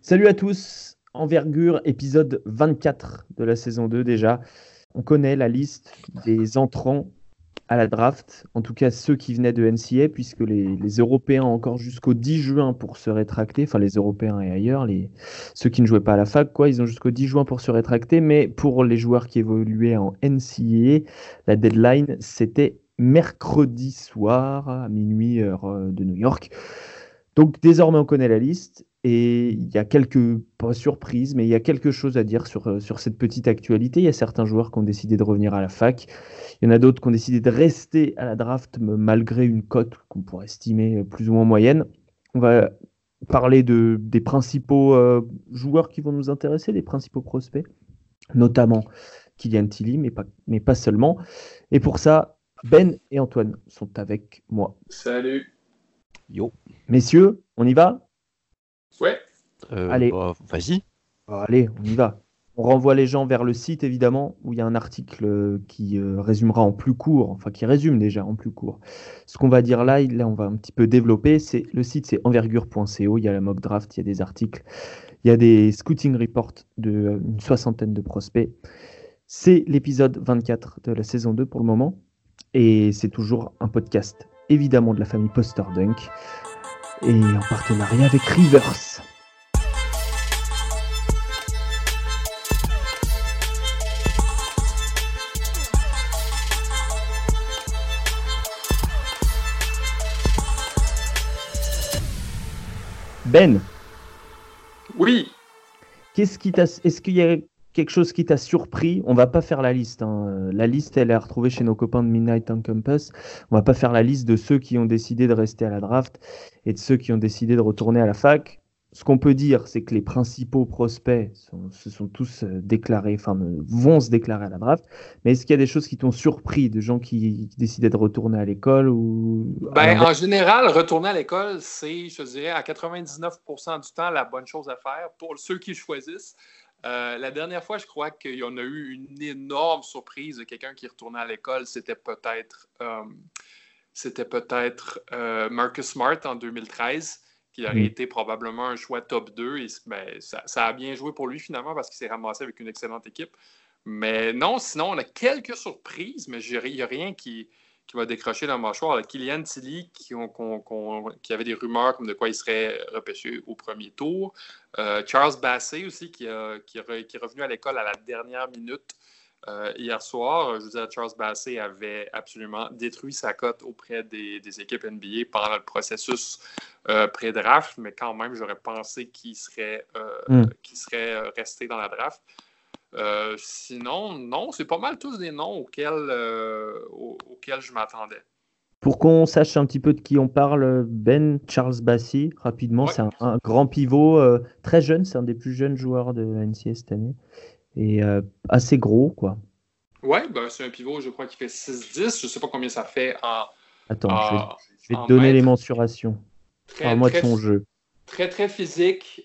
Salut à tous, Envergure, épisode 24 de la saison 2 déjà. On connaît la liste des entrants à la draft, en tout cas ceux qui venaient de NCAA, puisque les Européens ont encore jusqu'au 10 juin pour se rétracter, enfin les Européens et ailleurs, ceux qui ne jouaient pas à la fac, ils ont jusqu'au 10 juin pour se rétracter, mais pour les joueurs qui évoluaient en NCAA, la deadline c'était mercredi soir à minuit heure de New York. Donc désormais on connaît la liste et il y a pas surprises, mais il y a quelque chose à dire sur cette petite actualité. Il y a certains joueurs qui ont décidé de revenir à la fac, il y en a d'autres qui ont décidé de rester à la draft malgré une cote qu'on pourrait estimer plus ou moins moyenne. On va parler des principaux joueurs qui vont nous intéresser, des principaux prospects, notamment Kylian Tilly, mais pas seulement. Et pour ça, Ben et Antoine sont avec moi. Salut. Yo. Messieurs, on y va ? Ouais. Allez. Vas-y. Allez, on y va. On renvoie les gens vers le site, évidemment, où il y a un article qui résumera en plus court, enfin qui résume déjà en plus court. Ce qu'on va dire là, on va un petit peu développer. Le site, c'est envergure.co. Il y a la mock draft, il y a des articles, il y a des scouting reports d'une soixantaine de prospects. C'est l'épisode 24 de la saison 2 pour le moment. Et c'est toujours un podcast, évidemment, de la famille Poster Dunk. Et en partenariat avec Rivers. Ben. Oui. Est-ce qu'il y a quelque chose qui t'a surpris? On va pas faire la liste. La liste, elle est retrouvée chez nos copains de Midnight on Campus. On va pas faire la liste de ceux qui ont décidé de rester à la draft et de ceux qui ont décidé de retourner à la fac. Ce qu'on peut dire, c'est que les principaux prospects se sont tous déclarés, vont se déclarer à la draft. Mais est-ce qu'il y a des choses qui t'ont surpris, de gens qui décidaient de retourner à l'école ou... En général, retourner à l'école, c'est, je dirais, à 99% du temps, la bonne chose à faire pour ceux qui choisissent. La dernière fois, je crois qu'il y en a eu une énorme surprise de quelqu'un qui retournait à l'école. C'était peut-être Marcus Smart en 2013, qui aurait été probablement un choix top 2. Et, ça a bien joué pour lui finalement parce qu'il s'est ramassé avec une excellente équipe. Mais non, sinon, on a quelques surprises, mais il n'y a rien qui va décrocher la mâchoire. Là, Kylian Tilly, qui avait des rumeurs comme de quoi il serait repêché au premier tour. Charles Bassey aussi, qui est revenu à l'école à la dernière minute hier soir. Je veux dire, Charles Bassey avait absolument détruit sa cote auprès des équipes NBA pendant le processus pré-draft, mais quand même, j'aurais pensé qu'il serait resté dans la draft. Sinon, non, c'est pas mal tous des noms auxquels je m'attendais. Pour qu'on sache un petit peu de qui on parle, Ben Charles Bassey, rapidement, ouais. C'est un grand pivot très jeune, c'est un des plus jeunes joueurs de la NCAA cette année, et assez gros, quoi. Ouais, c'est un pivot, je crois qu'il fait 6'10", je sais pas combien ça fait en... Attends, je vais te donner les mensurations. Parle-moi de son jeu. Très, très physique,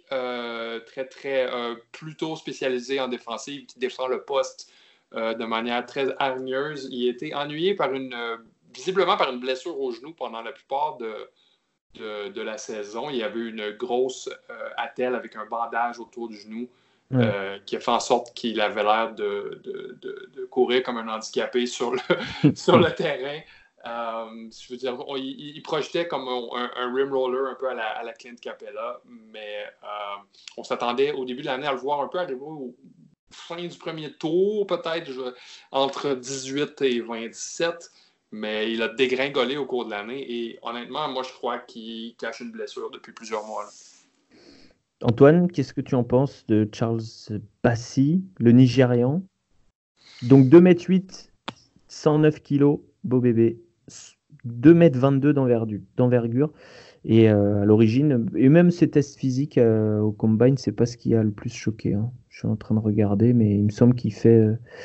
plutôt spécialisé en défensive, qui défend le poste de manière très hargneuse. Il a été ennuyé visiblement par une blessure au genou pendant la plupart de la saison. Il y avait une grosse attelle avec un bandage autour du genou qui a fait en sorte qu'il avait l'air de courir comme un handicapé sur le terrain. Je veux dire, il projetait comme un rim roller un peu à la Clint Capella, mais on s'attendait au début de l'année à le voir un peu arriver au fin du premier tour, peut-être entre 18 et 27, mais il a dégringolé au cours de l'année et honnêtement, moi je crois qu'il cache une blessure depuis plusieurs mois. Là. Antoine, qu'est-ce que tu en penses de Charles Bassey, le Nigérian? Donc 2m8, 109 kg, beau bébé. 2m22 d'envergure et à l'origine, et même ses tests physiques au combine, c'est pas ce qui a le plus choqué, hein. Je suis en train de regarder, mais il me semble qu'il fait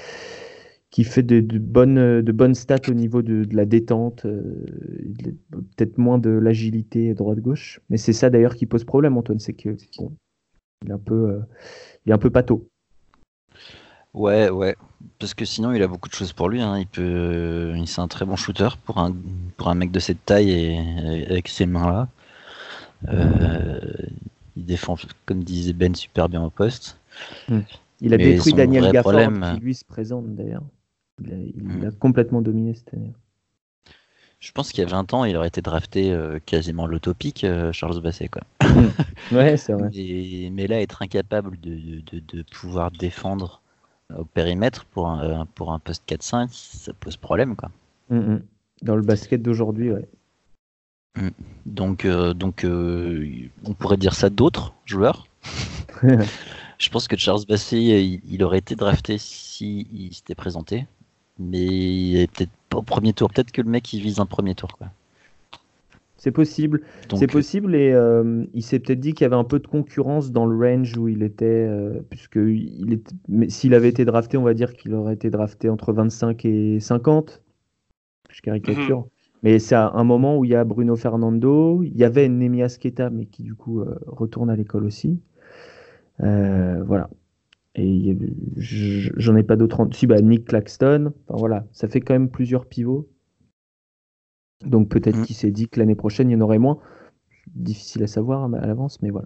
de bonnes stats au niveau de la détente, peut-être moins de l'agilité droite-gauche, mais c'est ça d'ailleurs qui pose problème, Antoine, c'est que bon, il est un peu pâteau. Ouais, parce que sinon il a beaucoup de choses pour lui, hein. C'est un très bon shooter pour un mec de cette taille et avec ces mains-là. il défend, comme disait Ben, super bien au poste. Il a Mais détruit son Daniel vrai Gafford problème- qui lui se présente d'ailleurs. Il a complètement dominé cette année. Je pense qu'il y a 20 ans, il aurait été drafté quasiment l'autopique, Charles Bassey, quoi. Ouais, c'est vrai. Mais là, être incapable de pouvoir défendre au périmètre pour un poste 4-5, ça pose problème, quoi. Dans le basket d'aujourd'hui, ouais. Donc, on pourrait dire ça d'autres joueurs. Je pense que Charles Bassey, il aurait été drafté s'il s'était présenté, mais peut-être pas au premier tour. Peut-être que le mec, il vise un premier tour, quoi. C'est possible. Donc, C'est possible et il s'est peut-être dit qu'il y avait un peu de concurrence dans le range où il était, mais s'il avait été drafté, on va dire qu'il aurait été drafté entre 25 et 50. Je caricature. Mais c'est à un moment où il y a Bruno Fernando, il y avait Nemias Queta, mais qui du coup retourne à l'école aussi. Voilà. Et j'en ai pas d'autres. Si, bah, Nick Claxton. Enfin, voilà, ça fait quand même plusieurs pivots. Donc peut-être qu'il s'est dit que l'année prochaine, il y en aurait moins. Difficile à savoir à l'avance, mais voilà.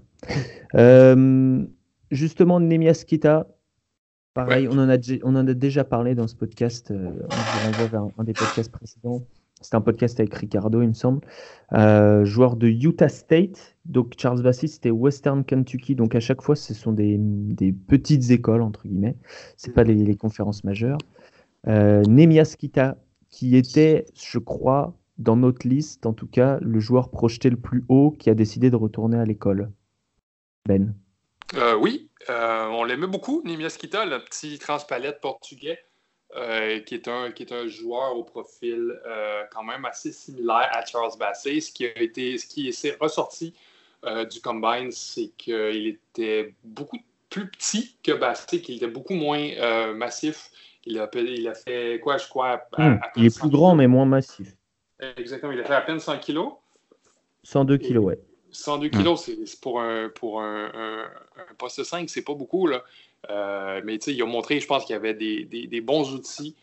Justement, Nemias Queta, pareil, on en a déjà parlé dans ce podcast. On vous renvoie vers un des podcasts précédents. C'était un podcast avec Ricardo, il me semble. Joueur de Utah State. Donc Charles Bassey, c'était Western Kentucky. Donc à chaque fois, ce sont des petites écoles, entre guillemets. Ce pas les conférences majeures. Nemias Queta, qui était, je crois, dans notre liste, en tout cas, le joueur projeté le plus haut qui a décidé de retourner à l'école. Ben. Oui, on l'aimait beaucoup, Nemias Queta, le petit transpalette portugais, qui est un joueur au profil quand même assez similaire à Charles Bassey. Ce qui s'est ressorti du Combine, c'est qu'il était beaucoup plus petit que Bassey, qu'il était beaucoup moins massif. Il a fait quoi, je crois, il est plus grand, mais moins massif. Exactement, il a fait à peine 100 kilos. 102 kilos, ouais. 102 kilos, c'est pour un poste 5, c'est pas beaucoup, là. Mais il a montré, je pense qu'il y avait des bons outils.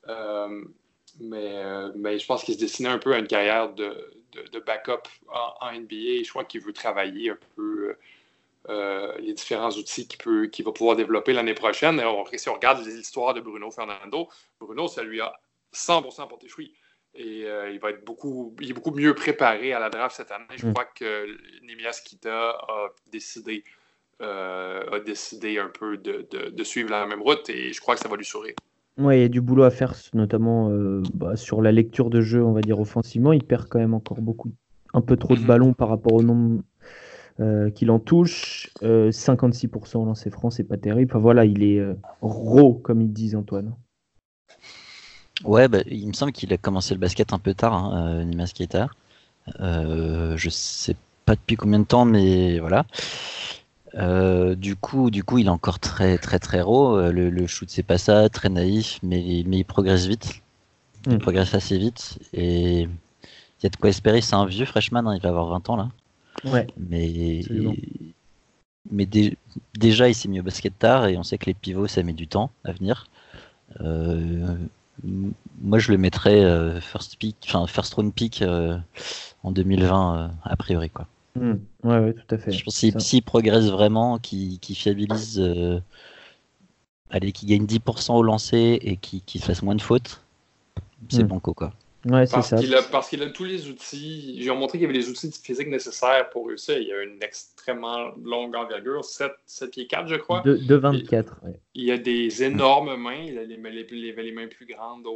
Mais je pense qu'il se destinait un peu à une carrière de backup en NBA. Je crois qu'il veut travailler un peu les différents outils qu'il va pouvoir développer l'année prochaine. Si on regarde l'histoire de Bruno Fernando, Bruno, ça lui a 100% porté fruit. Et il est beaucoup mieux préparé à la draft cette année. Je crois que Nemias Queta a décidé un peu de suivre la même route et je crois que ça va lui sourire. Ouais, il y a du boulot à faire, notamment sur la lecture de jeu, on va dire offensivement. Il perd quand même encore un peu trop de ballons par rapport au nombre qu'il en touche. 56% au lancer franc, c'est pas terrible. Enfin, voilà, il est raw, comme ils disent, Antoine. Ouais, il me semble qu'il a commencé le basket un peu tard, Nemias Queta. Je sais pas depuis combien de temps, mais voilà. Du coup, il est encore très très très raw. Le shoot, c'est pas ça, très naïf, mais il progresse vite. Il progresse assez vite et il y a de quoi espérer. C'est un vieux freshman, il va avoir 20 ans là. Ouais. Mais déjà, il s'est mis au basket tard et on sait que les pivots, ça met du temps à venir. Moi, je le mettrais first round pick en 2020 a priori, quoi. Ouais, tout à fait. Je pense que s'il progresse vraiment, qu'il fiabilise, qu'il gagne 10% au lancer et qu'il fasse moins de fautes, c'est banco, quoi. Ouais, c'est ça. Parce qu'il a tous les outils. J'ai montré qu'il y avait les outils physiques nécessaires pour réussir. Il a une extrêmement longue envergure, 7 pieds 4, je crois. De 24. Ouais. Il a des énormes mains. Il a les mains plus grandes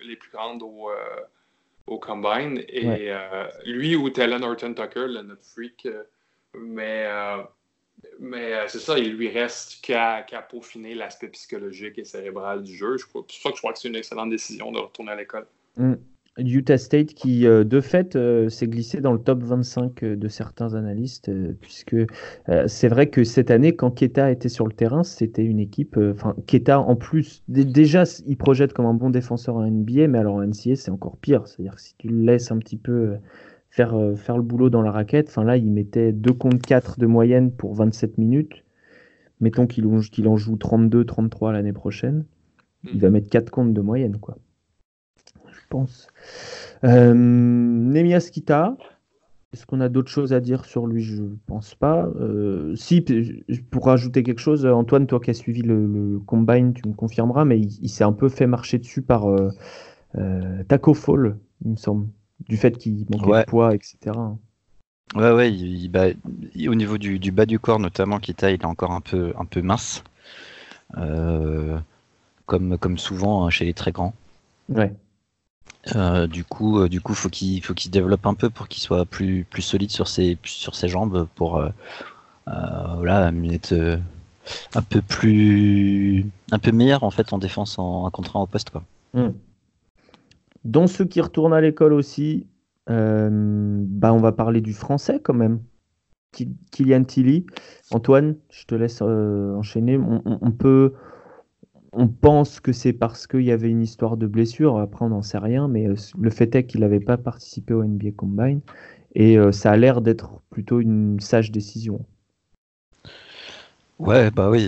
au Combine. Et lui ou Talon Horton-Tucker, notre freak. Mais c'est ça, il lui reste qu'à peaufiner l'aspect psychologique et cérébral du jeu. C'est pour ça que je crois que c'est une excellente décision de retourner à l'école. Utah State qui, de fait, s'est glissé dans le top 25 de certains analystes, puisque c'est vrai que cette année, quand Queta était sur le terrain, c'était une équipe... Queta, en plus, déjà, il projette comme un bon défenseur en NBA, mais alors en NCAA, c'est encore pire. C'est-à-dire que si tu le laisses un petit peu faire le boulot dans la raquette, là, il mettait 2 contre 4 de moyenne pour 27 minutes. Mettons qu'il en joue 32, 33 l'année prochaine. Il va mettre 4 contre de moyenne, quoi. Je pense. Nemias Queta, Est-ce qu'on a d'autres choses à dire sur lui? Je pense pas. Si, pour rajouter quelque chose, Antoine, toi qui as suivi le Combine, tu me confirmeras, mais il s'est un peu fait marcher dessus par Taco Fall, il me semble, du fait qu'il manquait de poids, etc. Ouais, au niveau du bas du corps notamment, Keita, il est encore un peu mince, comme souvent chez les très grands. Ouais. Du coup, faut qu'il se développe un peu pour qu'il soit plus solide sur ses jambes pour être un peu meilleur en fait en défense en contre 1 au poste, quoi. Dans ceux qui retournent à l'école aussi, on va parler du français quand même. Kylian Tilly. Antoine, je te laisse enchaîner. On pense que c'est parce qu'il y avait une histoire de blessure. Après, on n'en sait rien, mais le fait est qu'il n'avait pas participé au NBA Combine. Et ça a l'air d'être plutôt une sage décision. Ouais, bah oui,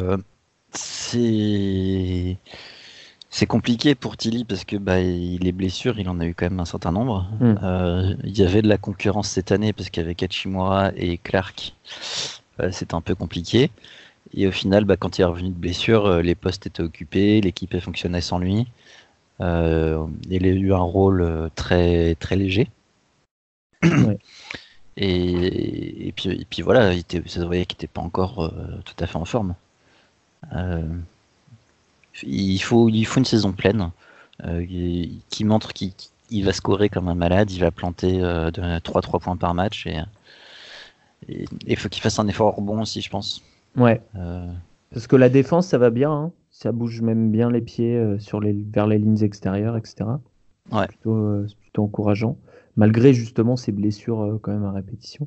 c'est compliqué pour Tilly parce que les blessures, il en a eu quand même un certain nombre. Il y avait de la concurrence cette année parce qu'avec Hachimura et Clark, c'était un peu compliqué. Et au final, quand il est revenu de blessure, les postes étaient occupés, l'équipe fonctionnait sans lui. Il a eu un rôle très très léger. Ouais. Et puis voilà, ça se voyait qu'il n'était pas encore tout à fait en forme. Il faut une saison pleine qui montre qu'il va scorer comme un malade, il va planter 3 points par match et il faut qu'il fasse un effort bon aussi, je pense. Ouais. Parce que la défense, ça va bien, hein. Ça bouge même bien les pieds vers les lignes extérieures, etc. Ouais. C'est plutôt encourageant, malgré justement ces blessures quand même à répétition.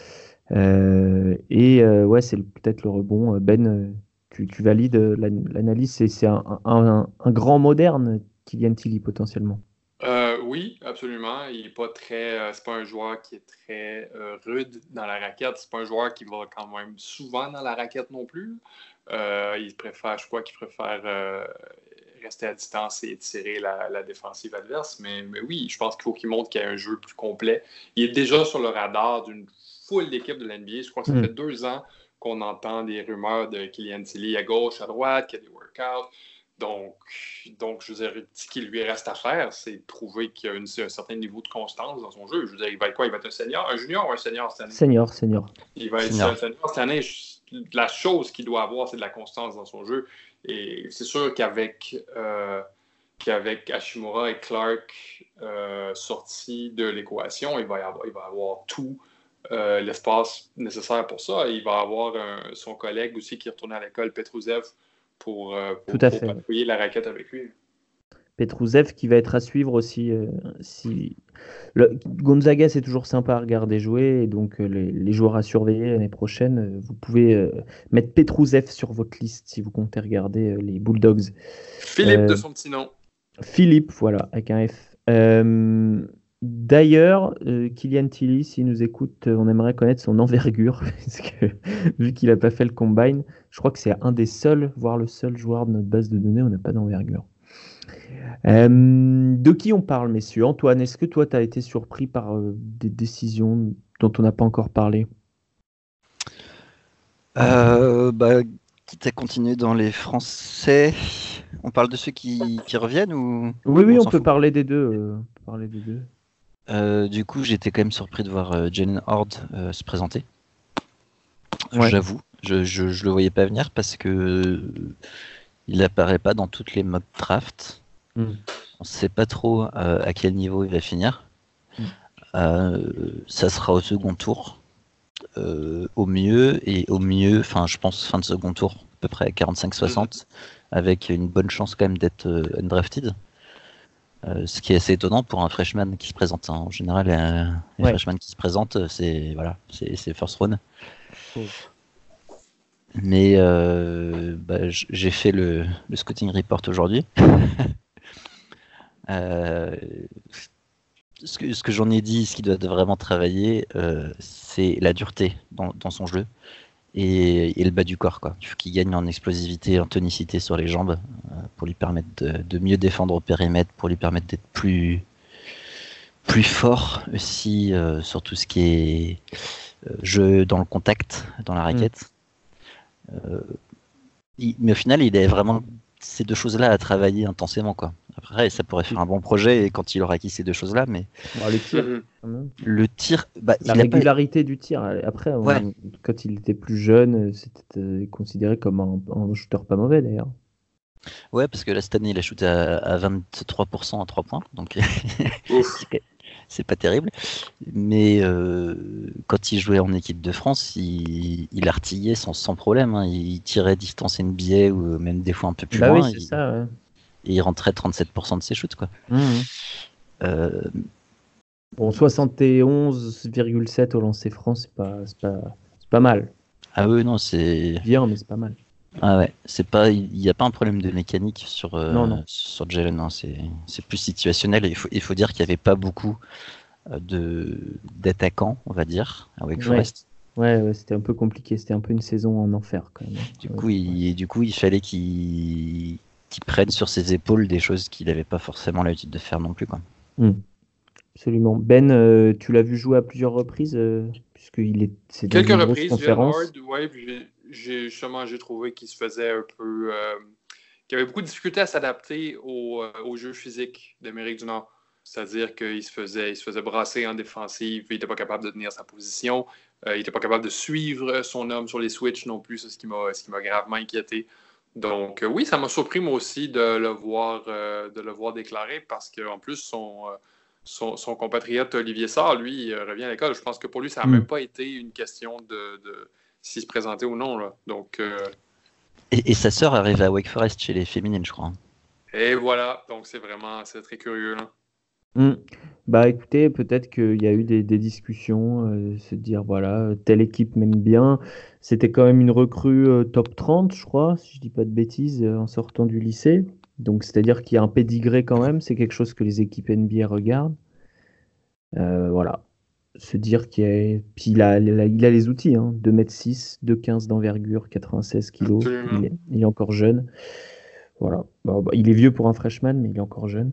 Ouais, c'est peut-être le rebond. Ben, tu valides l'analyse, c'est un grand moderne, Kylian Tilly, potentiellement. Oui, absolument. Il est pas très. C'est pas un joueur qui est très rude dans la raquette. C'est pas un joueur qui va quand même souvent dans la raquette non plus. Je crois qu'il préfère rester à distance et tirer la défensive adverse. Mais oui, je pense qu'il faut qu'il montre qu'il y a un jeu plus complet. Il est déjà sur le radar d'une foule d'équipes de l'NBA. Je crois que ça fait 2 ans qu'on entend des rumeurs de Kylian Tilly à gauche, à droite, qu'il y a des workouts. Donc, je veux dire, ce qu'il lui reste à faire, c'est de trouver qu'il y a un certain niveau de constance dans son jeu. Je veux dire, il va être quoi? Il va être un senior, un junior ou un senior cette année? Senior. Il va être un senior cette année. La chose qu'il doit avoir, c'est de la constance dans son jeu. Et c'est sûr qu'avec Hachimura et Clark sortis de l'équation, il va avoir tout l'espace nécessaire pour ça. Et il va avoir son collègue aussi qui est retourné à l'école, Petrouzev, pour patrouiller la raquette avec lui. Petrouzev qui va être à suivre aussi. Gonzaga, c'est toujours sympa à regarder jouer, et donc les joueurs à surveiller l'année prochaine, vous pouvez mettre Petrouzev sur votre liste si vous comptez regarder les Bulldogs. Philippe de son petit nom. Philippe, voilà, avec un F. D'ailleurs, Kylian Tilly, s'il nous écoute, on aimerait connaître son envergure, parce que vu qu'il n'a pas fait le Combine, je crois que c'est un des seuls, voire le seul joueur de notre base de données, on n'a pas d'envergure. De qui on parle, messieurs? Antoine, est-ce que toi, tu as été surpris par des décisions dont on n'a pas encore parlé? Quitte à continuer dans les Français, on parle de ceux qui reviennent ou... Oui, on peut parler des deux. Du coup, j'étais quand même surpris de voir Jalen Horde se présenter. Ouais. J'avoue, je le voyais pas venir parce que il apparaît pas dans toutes les mock drafts. On sait pas trop à quel niveau il va finir. Ça sera au second tour, au mieux, enfin je pense fin de second tour, à peu près 45-60, avec une bonne chance quand même d'être undrafted. Ce qui est assez étonnant pour un freshman qui se présente. En général, les freshmen qui se présentent, c'est first round. Mais j'ai fait le scouting report aujourd'hui. Ce que j'en ai dit, ce qu'il doit vraiment travailler, c'est la dureté dans son jeu et le bas du corps, quoi. Il faut qu'il gagne en explosivité, en tonicité sur les jambes pour lui permettre de mieux défendre au périmètre, pour lui permettre d'être plus plus fort aussi sur tout ce qui est jeu dans le contact, dans la raquette. Mais au final, il a vraiment ces deux choses-là à travailler intensément, quoi. Après, ça pourrait faire un bon projet quand il aura acquis ces deux choses-là, mais le tir, quand même. le tir, la régularité du tir. Après, Ouais. quand il était plus jeune, c'était considéré comme un shooter pas mauvais d'ailleurs. Ouais, parce que là, cette année, il a shooté à 23% à 3 points, donc c'est pas terrible. Mais quand il jouait en équipe de France, il artillait sans problème. Hein. Il tirait distance NBA ou même des fois un peu plus loin. Oui, c'est ça, ouais. Et il rentrait 37% de ses shoots, quoi. Bon, 71,7 au lancer franc, c'est pas mal. Ah oui, non, c'est bien, mais c'est pas mal. Ah ouais, il n'y a pas un problème de mécanique sur sur Jalen, hein. C'est plus situationnel. Et il faut dire qu'il n'y avait pas beaucoup d'attaquants, on va dire, à Wake Forest. Ouais, c'était un peu compliqué. C'était un peu une saison en enfer quand même. Du coup, il fallait qu'il prenne sur ses épaules des choses qu'il n'avait pas forcément l'habitude de faire non plus, quoi. Absolument. Ben, tu l'as vu jouer à plusieurs reprises, c'est dans quelques une reprises. grosse conférence. J'ai trouvé qu'il se faisait un peu, qu'il avait beaucoup de difficultés à s'adapter au jeu physique d'Amérique du Nord. C'est-à-dire qu'il se faisait brasser en défensive, il n'était pas capable de tenir sa position, il n'était pas capable de suivre son homme sur les switches non plus, c'est ce qui m'a gravement inquiété. Donc oui, ça m'a surpris moi aussi de le voir déclarer parce qu'en plus son compatriote Olivier Sarr, lui, il revient à l'école. Je pense que pour lui, ça n'a même pas été une question de s'il se présentait ou non. Là. Donc, et sa sœur arrive à Wake Forest chez les féminines, je crois. Et voilà, donc c'est très curieux. Là. Bah écoutez, peut-être qu'il y a eu des discussions, se dire voilà, telle équipe m'aime bien. C'était quand même une recrue top 30, je crois, si je dis pas de bêtises, en sortant du lycée. Donc c'est-à-dire qu'il y a un pédigré quand même, c'est quelque chose que les équipes NBA regardent. Voilà. Se dire Puis il a les outils, hein. 2,6 m, 2,15 d'envergure, 96 kg. Il est encore jeune. Voilà. Il est vieux pour un freshman, mais il est encore jeune.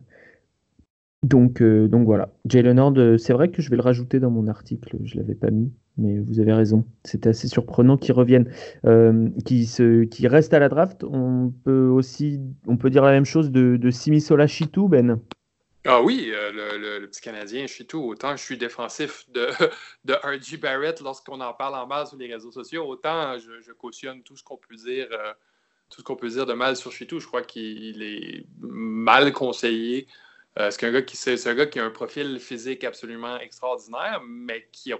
Donc voilà. Jalen Hurd, c'est vrai que je vais le rajouter dans mon article, je ne l'avais pas mis, mais vous avez raison. C'était assez surprenant qu'il revienne, qu'il reste à la draft. On peut dire la même chose de Simisola Shitu, Ben. Ah oui, le petit Canadien, je suis tout. Autant je suis défensif de R.J. Barrett lorsqu'on en parle en base sur les réseaux sociaux, autant je cautionne tout ce qu'on peut dire. Tout ce qu'on peut dire de mal sur Chitou. Je crois qu'il est mal conseillé. C'est un gars qui a un profil physique absolument extraordinaire, mais qui a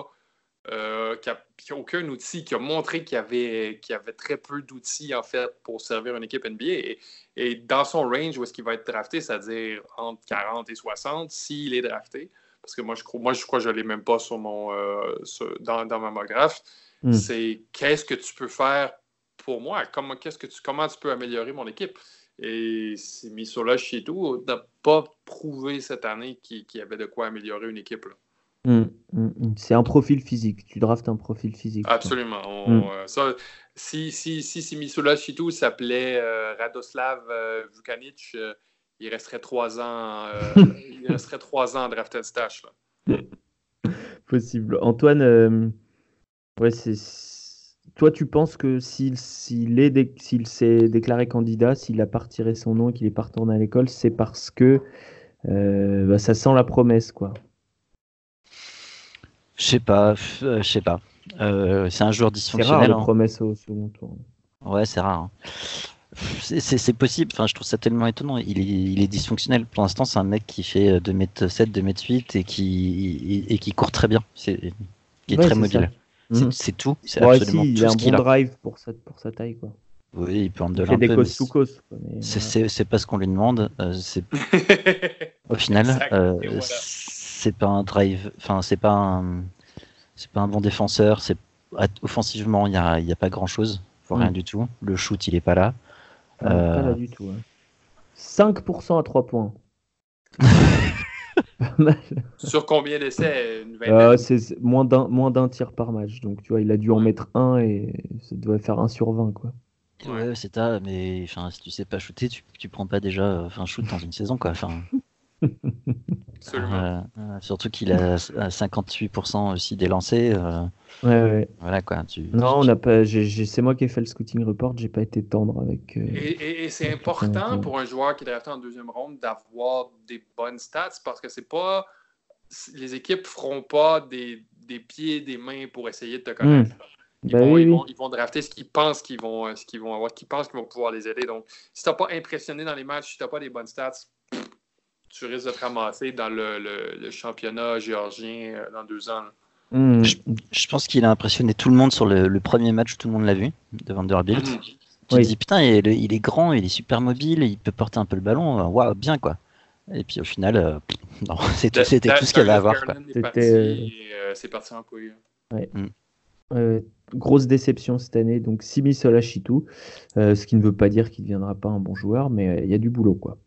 aucun outil, qui a montré qu'il avait très peu d'outils en fait pour servir une équipe NBA. Et dans son range où est-ce qu'il va être drafté, c'est-à-dire entre 40 et 60, s'il est drafté, parce que moi je crois que je ne l'ai même pas sur dans ma mock draft, c'est qu'est-ce que tu peux faire pour moi? Comment tu peux améliorer mon équipe? Et Simisola Shitu n'a pas prouvé cette année qu'il y avait de quoi améliorer une équipe. Là. C'est un profil physique. Tu draftes un profil physique. Absolument. Si Simisola Shitu s'appelait Radoslav Vukanic, il resterait 3 ans. Il resterait 3 ans en drafted stash. Là. Possible. Antoine, toi, tu penses que s'il s'est déclaré candidat, s'il a pas retiré son nom et qu'il est pas retourné à l'école, c'est parce que ça sent la promesse, quoi. Je sais pas. C'est un joueur dysfonctionnel. C'est rare, promesse au second tour. Ouais, c'est rare. Hein. C'est possible. Enfin, je trouve ça tellement étonnant. Il est dysfonctionnel. Pour l'instant, c'est un mec qui fait 2m7, 2m8 et qui court très bien. Qui est très mobile. C'est tout. C'est absolument tout il a ce qu'il a. Drive pour sa taille, quoi. Oui, il peut en donner un peu. Il fait des causes sous cause. C'est pas ce qu'on lui demande. Au final, voilà. C'est pas un drive. Enfin, c'est pas un bon défenseur. Offensivement, il y a pas grand chose. Rien du tout. Le shoot, il est pas là. Pas là du tout. Hein. 5% à 3 points. Sur combien d'essais? C'est moins d'un tir par match. Donc, tu vois, il a dû en mettre un et ça doit faire 1 sur 20, quoi. Ouais, c'est ça, mais si tu sais pas shooter, tu prends pas déjà un shoot dans une saison, quoi. Absolument. Surtout qu'il a 58% aussi des lancers. Ouais. Voilà quoi. Non, on n'a pas. C'est moi qui ai fait le scouting report. J'ai pas été tendre avec. Et c'est important pour un joueur qui est drafté en deuxième ronde d'avoir des bonnes stats parce que c'est pas. Les équipes feront pas des pieds et des mains pour essayer de te connaître. Ils vont drafter ce qu'ils pensent qu'ils vont avoir, qu'ils pensent qu'ils vont pouvoir les aider. Donc, si tu n'as pas impressionné dans les matchs, si tu n'as pas des bonnes stats, tu risques de te ramasser dans le championnat géorgien dans 2 ans. Je pense qu'il a impressionné tout le monde sur le premier match où tout le monde l'a vu, de Vanderbilt. Tu te dis, putain, il est grand, il est super mobile, il peut porter un peu le ballon, waouh, bien quoi. Et puis au final, non, c'était tout ce qu'il y avait à voir. C'est parti en couille. Grosse déception cette année, donc Simi Solachitou, ce qui ne veut pas dire qu'il ne deviendra pas un bon joueur, mais il y a du boulot, quoi.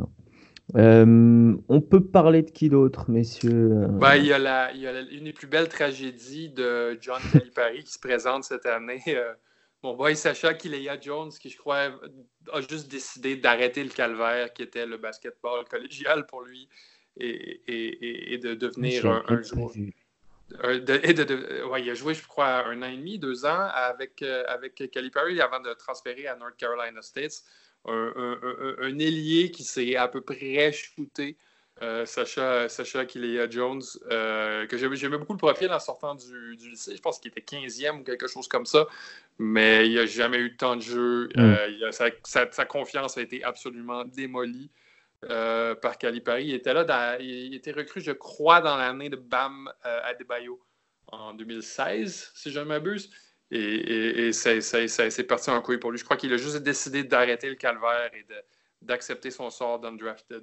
On peut parler de qui d'autre, messieurs? Il y a une des plus belles tragédies de John Calipari qui se présente cette année. Mon boy Sacha Killeya-Jones, qui je crois a juste décidé d'arrêter le calvaire qui était le basketball collégial pour lui et de devenir un joueur. Il a joué, je crois, 1 an et demi, 2 ans avec Calipari avant de transférer à North Carolina State. Un ailier qui s'est à peu près shooté, Sacha Killeya-Jones, que j'aimais beaucoup le profil en sortant du lycée. Je pense qu'il était 15e ou quelque chose comme ça, mais il n'a jamais eu de temps de jeu. Sa confiance a été absolument démolie par Calipari. Il était recru, je crois, dans l'année de Bam Adebayo en 2016, si je ne m'abuse. Et c'est parti en couille pour lui. Je crois qu'il a juste décidé d'arrêter le calvaire et d'accepter son sort d'undrafted.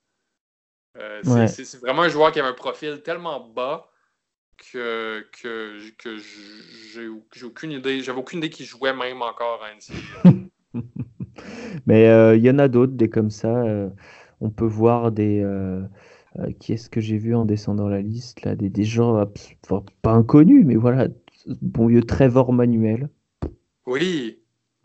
C'est vraiment un joueur qui avait un profil tellement bas que j'ai aucune idée. J'avais aucune idée qu'il jouait même encore à NCAA. Mais il y en a d'autres, des comme ça. On peut voir des. Qui est-ce que j'ai vu en descendant la liste là, des gens pas inconnus, mais voilà. Bon vieux Trevor Manuel. Oui.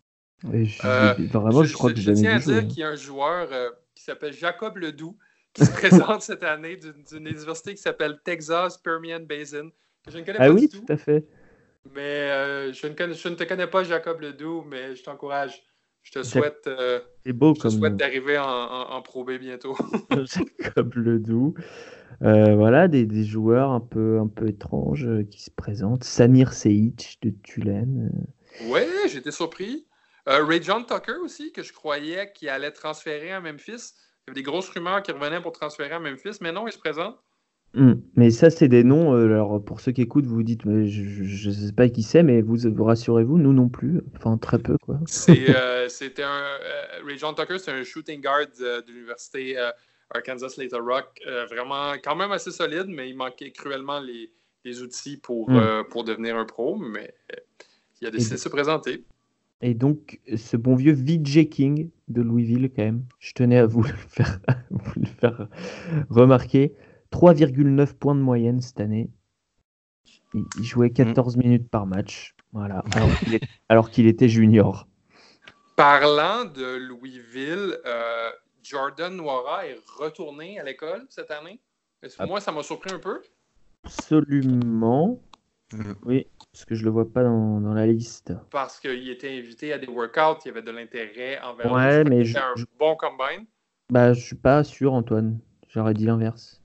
Je crois que j'ai jamais vu jouer. Je tiens à dire qu'il y a un joueur qui s'appelle Jacob Ledoux qui se présente cette année d'une université qui s'appelle Texas Permian Basin, que je ne connais pas du tout. Tout à fait. Mais je ne te connais pas, Jacob Ledoux, mais je t'encourage. Je te souhaite, d'arriver en Pro B bientôt. Jacob Ledoux. Voilà, des joueurs un peu étranges qui se présentent. Samir Seic de Tulane. Ouais, j'étais surpris. Ray John Tucker aussi, que je croyais qu'il allait transférer à Memphis. Il y avait des grosses rumeurs qui revenaient pour transférer à Memphis, mais non, il se présente. Mais ça, c'est des noms. Alors, pour ceux qui écoutent, vous vous dites, mais je ne sais pas qui c'est, mais vous rassurez-vous, nous non plus. Enfin, très peu, quoi. C'était Ray John Tucker, c'est un shooting guard de l'université Arkansas Little Rock. Vraiment, quand même assez solide, mais il manquait cruellement les outils pour devenir un pro. Mais il a décidé de se présenter. Et donc, ce bon vieux VJ King de Louisville, quand même, je tenais à vous le faire remarquer. 3,9 points de moyenne cette année. Il jouait 14 minutes par match. Voilà. Alors qu'il était junior. Parlant de Louisville, Jordan Nwora est retourné à l'école cette année. Moi, ça m'a surpris un peu. Absolument. Oui, parce que je le vois pas dans la liste. Parce qu'il était invité à des workouts, il y avait de l'intérêt envers lui. Ouais, mais c'était un bon combine. Je suis pas sûr, Antoine. J'aurais dit l'inverse.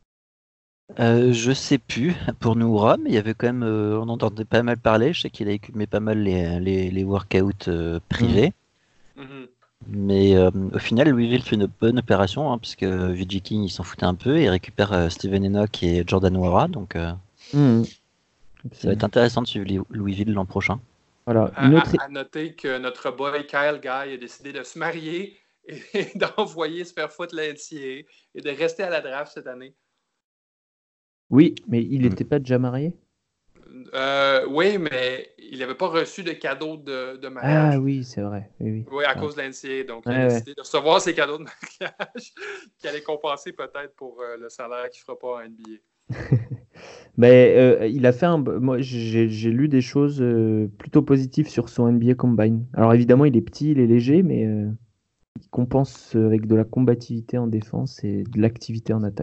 Je sais plus pour Noura, mais il y avait quand même, on entendait pas mal parler. Je sais qu'il a écumé pas mal les workouts privés. Mais au final, Louisville fait une bonne opération, puisque VJ King il s'en foutait un peu et il récupère Steven Enoch et Jordan Nwora. Donc ça va être intéressant de suivre Louisville l'an prochain. Voilà. À noter que notre boy Kyle Guy a décidé de se marier et d'envoyer se faire foutre la NCAA et de rester à la draft cette année. Oui, mais il n'était pas déjà marié? Oui, mais il n'avait pas reçu de cadeau de mariage. Ah oui, c'est vrai. Oui, à cause de la NCAA. Donc, il a décidé de recevoir ses cadeaux de mariage qui allaient compenser peut-être pour le salaire qu'il ne fera pas en NBA. Mais il a fait moi, j'ai lu des choses plutôt positives sur son NBA Combine. Alors évidemment, il est petit, il est léger, mais il compense avec de la combativité en défense et de l'activité en attaque.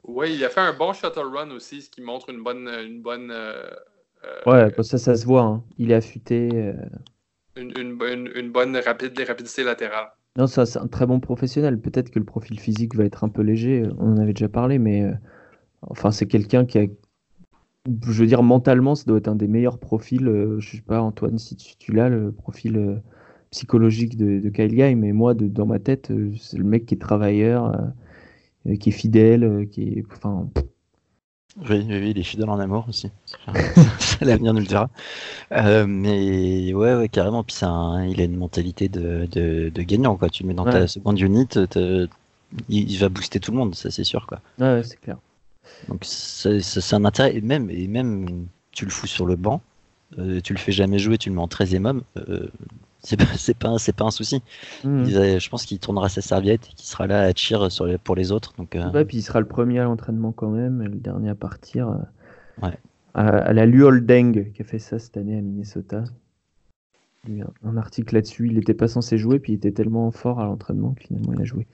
Oui, il a fait un bon shuttle run aussi, ce qui montre une bonne Ouais, bah ça se voit, hein. Il est affûté. une bonne rapidité latérale. Non, ça, c'est un très bon professionnel. Peut-être que le profil physique va être un peu léger, on en avait déjà parlé, mais enfin, c'est quelqu'un qui a, je veux dire, mentalement, ça doit être un des meilleurs profils. Je sais pas, Antoine, si tu l'as, le profil psychologique de Kyle Guy, mais moi, dans ma tête, c'est le mec qui est travailleur, qui est fidèle, enfin, Oui, oui, oui, il est fidèle en amour aussi. Enfin, l'avenir nous le dira. Mais ouais, carrément. Puis il a une mentalité de gagnant, quoi. Tu le mets dans ta ouais, seconde unit, il va booster tout le monde, ça c'est sûr, quoi. ouais, c'est clair. Donc c'est un intérêt. Et même, tu le fous sur le banc, tu le fais jamais jouer, tu le mets en 13e homme, c'est pas un souci. Mhm. Je pense qu'il tournera sa serviette et qu'il sera là à cheer pour les autres. Donc, Ouais, puis il sera le premier à l'entraînement quand même, et le dernier à partir. ouais. À la Luol Deng qui a fait ça cette année à Minnesota. Il y a un article là-dessus. Il n'était pas censé jouer, puis il était tellement fort à l'entraînement que finalement il a joué.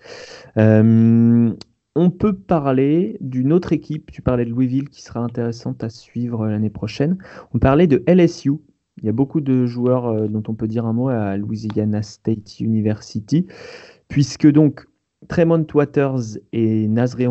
On peut parler d'une autre équipe. Tu parlais de Louisville qui sera intéressante à suivre l'année prochaine. On parlait de LSU. Il y a beaucoup de joueurs dont on peut dire un mot à Louisiana State University, puisque donc Tremont Waters et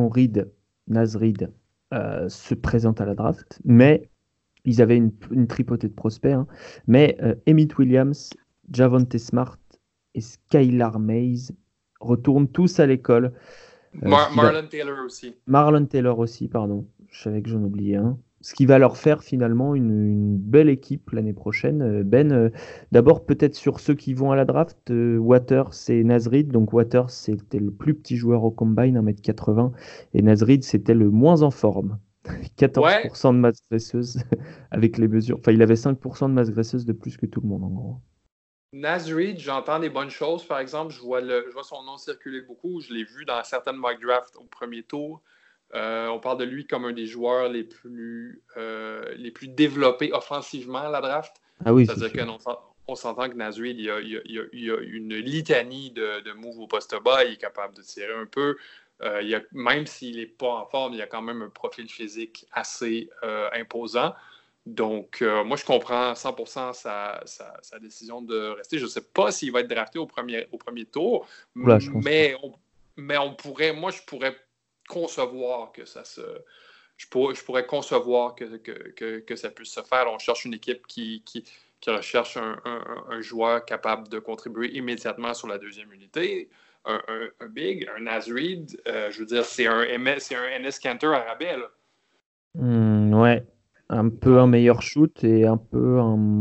Naz Reid se présentent à la draft, mais ils avaient une tripotée de prospects, hein. Mais Emmett Williams, Javonte Smart et Skylar Mays retournent tous à l'école. Marlon Taylor aussi. Marlon Taylor aussi, pardon. Je savais que j'en oubliais un. Ce qui va leur faire finalement une belle équipe l'année prochaine. Ben, d'abord peut-être sur ceux qui vont à la draft, Waters et Naz Reid. Donc Waters, c'était le plus petit joueur au combine, 1m80, et Naz Reid, c'était le moins en forme. 14% de masse graisseuse avec les mesures. Enfin, il avait 5% de masse graisseuse de plus que tout le monde, en gros. Naz Reid, j'entends des bonnes choses, par exemple. Je vois son nom circuler beaucoup. Je l'ai vu dans certaines mock drafts au premier tour. On parle de lui comme un des joueurs les plus développés offensivement à la draft. Ah oui, c'est C'est-à-dire sûr. qu'on s'entend que Naz Reid, il a une litanie de moves au poste bas. Il est capable de tirer un peu. Même s'il n'est pas en forme, il a quand même un profil physique assez imposant. Donc, moi, je comprends 100% sa décision de rester. Je ne sais pas s'il va être drafté au premier tour, Oula, je pense pas. mais moi, je pourrais concevoir que ça se. Je pourrais concevoir que ça puisse se faire. On cherche une équipe qui recherche un joueur capable de contribuer immédiatement sur la deuxième unité. Un big, un Naz Reid, je veux dire, c'est un NS Cantor à rabais, là. Ouais, un peu un Donc, meilleur shoot et un peu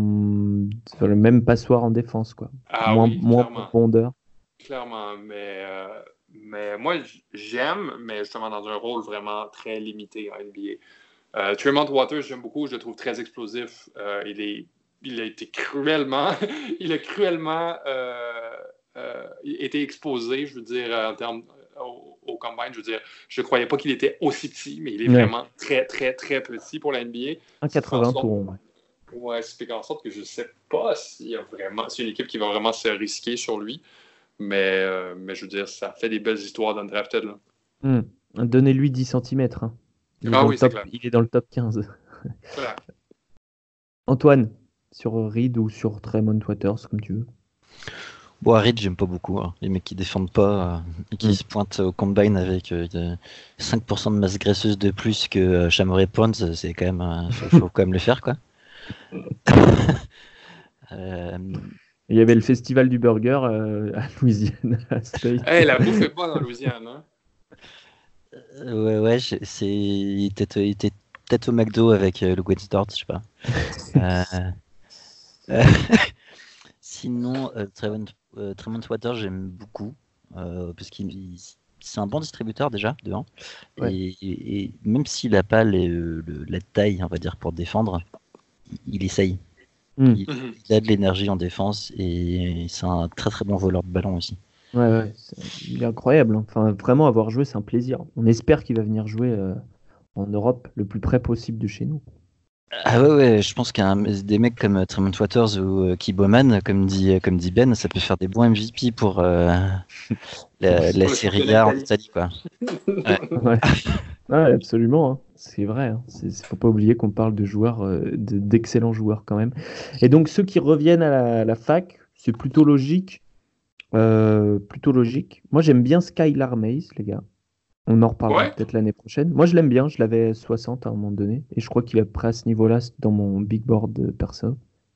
le même passoire en défense, quoi. ah Moins, oui, moins clairement. profondeur. Clairement, mais moi, j'aime, mais justement dans un rôle vraiment très limité en NBA. Tremont Waters, j'aime beaucoup, je le trouve très explosif. Il a été cruellement, il a cruellement été exposé, je veux dire, en termes au combine. Je veux dire, je ne croyais pas qu'il était aussi petit, mais il est Ouais, vraiment très, très, très petit pour la NBA. Ce qui fait en 1,80 tout sorte rond. Ouais. Ouais, ça fait en sorte que je ne sais pas s'il y a vraiment, c'est une équipe qui va vraiment se risquer sur lui. Mais je veux dire, ça fait des belles histoires d'undrafted, là. Donnez-lui 10 centimètres, hein. Ah oui, c'est clair. Il est dans le top 15. Clair. Antoine, sur Reed ou sur Tremont Waters, comme tu veux. Bon, Reid, j'aime pas beaucoup, hein. Les mecs qui défendent pas et qui se pointent au combine avec 5% de masse graisseuse de plus que Shamory Pons, c'est quand même, faut quand même le faire, quoi. Il y avait le festival du burger à Louisiana State. Hey, la bouffe est bonne en Louisiane, hein? Ouais, il était peut-être au McDo avec le Wentz-Dort, je sais pas. Euh, Sinon, Tremont Waters, j'aime beaucoup parce c'est un bon distributeur déjà, de 1. Ouais. Et même s'il n'a pas la taille, on va dire, pour défendre, il essaye. Il a de l'énergie en défense et c'est un très très bon voleur de ballon aussi. Ouais, il est incroyable, hein. Enfin, vraiment, avoir joué, c'est un plaisir. On espère qu'il va venir jouer en Europe le plus près possible de chez nous. Ah ouais, je pense qu'un des mecs comme Tremont Waters ou Key Bowman, comme dit Ben, ça peut faire des bons MVP pour la Pour le Serie championnat A en italien. Italie, quoi. Ouais. Ouais, ouais, absolument, hein. C'est vrai. Hein. Faut pas oublier qu'on parle de joueurs, d'excellents joueurs quand même. Et donc ceux qui reviennent à la fac, c'est plutôt logique. Plutôt logique. Moi, j'aime bien Skylar Mays, les gars. On en reparlera Ouais, peut-être l'année prochaine. Moi, je l'aime bien. Je l'avais 60 à un moment donné. Et je crois qu'il est prêt à ce niveau-là dans mon big board perso.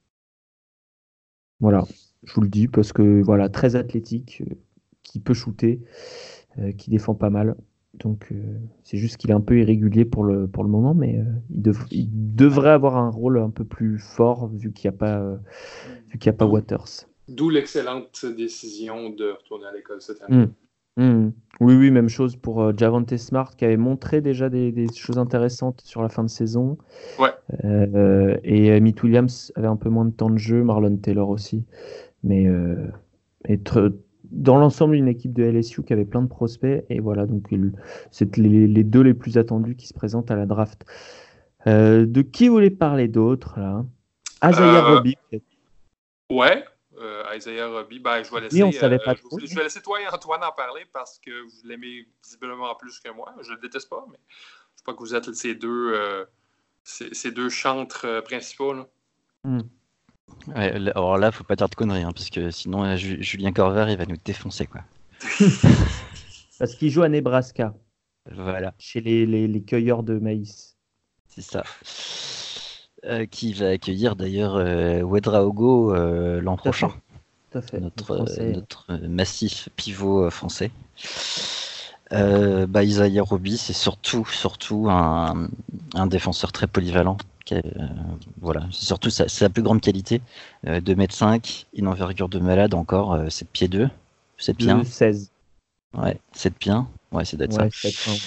Voilà. Je vous le dis parce que, voilà, très athlétique, qui peut shooter, qui défend pas mal. Donc, c'est juste qu'il est un peu irrégulier pour le moment, mais il devrait avoir un rôle un peu plus fort vu qu'il n'y a pas, vu qu'il y a pas d'où, Waters. d'où l'excellente décision de retourner à l'école cette année. Hmm. Hmm. Oui, oui, même chose pour Javonte Smart qui avait montré déjà des choses intéressantes sur la fin de saison. Ouais. Et Mitt Williams avait un peu moins de temps de jeu, Marlon Taylor aussi. Mais dans l'ensemble, une équipe de LSU qui avait plein de prospects. Et voilà, donc c'est les deux les plus attendus qui se présentent à la draft. De qui vous voulez parler d'autres là? Isaiah Euh, Roby, peut-être. ouais. Isaiah Roby, je vais Lui, on laisser, savait pas trop. je vais laisser toi et Antoine en parler parce que vous l'aimez visiblement plus que moi. Je le déteste pas, mais je crois que vous êtes ces deux chantres principaux. Là. Hmm. Ouais, alors là, faut pas dire de conneries, hein, parce que sinon Julien Corver, il va nous défoncer, quoi. Parce qu'il joue à Nebraska, Voilà, chez les cueilleurs de maïs. c'est ça. Qui va accueillir d'ailleurs Ouedraogo l'an Tout à fait. prochain, Tout à fait. Le notre français. massif pivot français. Isaiah Roby, c'est surtout un défenseur très polyvalent. Voilà, c'est surtout sa plus grande qualité. 2,5 m, une envergure de malade encore, 7 pieds 2, 7 pieds 1. 2-16. Ouais, 7 pieds 1. Ouais, c'est d'être ça. Ouais, 7-1.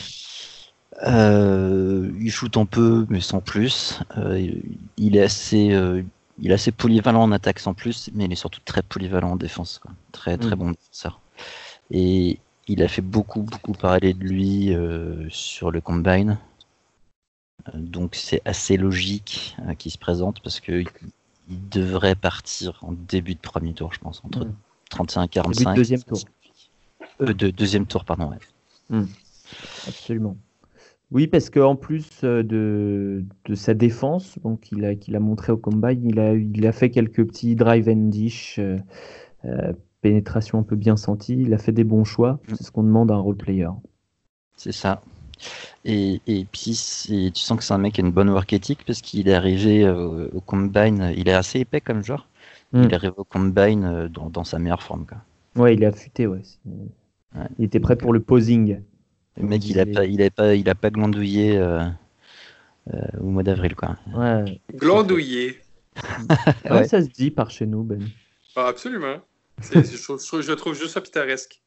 Il shoot un peu, mais sans plus. Il est assez polyvalent en attaque sans plus, mais il est surtout très polyvalent en défense, quoi. Très bon défenseur. Et il a fait beaucoup parler de lui sur le Combine. Donc c'est assez logique qu'il se présente parce que il devrait partir en début de premier tour, je pense, entre 35 et 45. Début de deuxième tour. Deuxième tour, pardon. Ouais. Absolument. Oui, parce qu'en plus de sa défense, donc qu'il a montré au Combine, il a fait quelques petits drive and dish, pénétration un peu bien sentie. Il a fait des bons choix. C'est ce qu'on demande à un role player. C'est ça. Et puis tu sens que c'est un mec qui a une bonne work ethic parce qu'il est arrivé au Combine, il est assez épais comme joueur. Il est arrivé au Combine dans sa meilleure forme, quoi. Ouais, il est affûté, ouais. Il était prêt pour le posing. Le mec, il a pas glandouillé au mois d'avril, quoi. Ouais. Glandouillé. Ouais, ça se dit par chez nous, Ben. Ah, absolument. Je trouve juste ça pittoresque.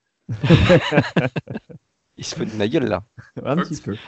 Il se fout de ma gueule, là. Un petit peu.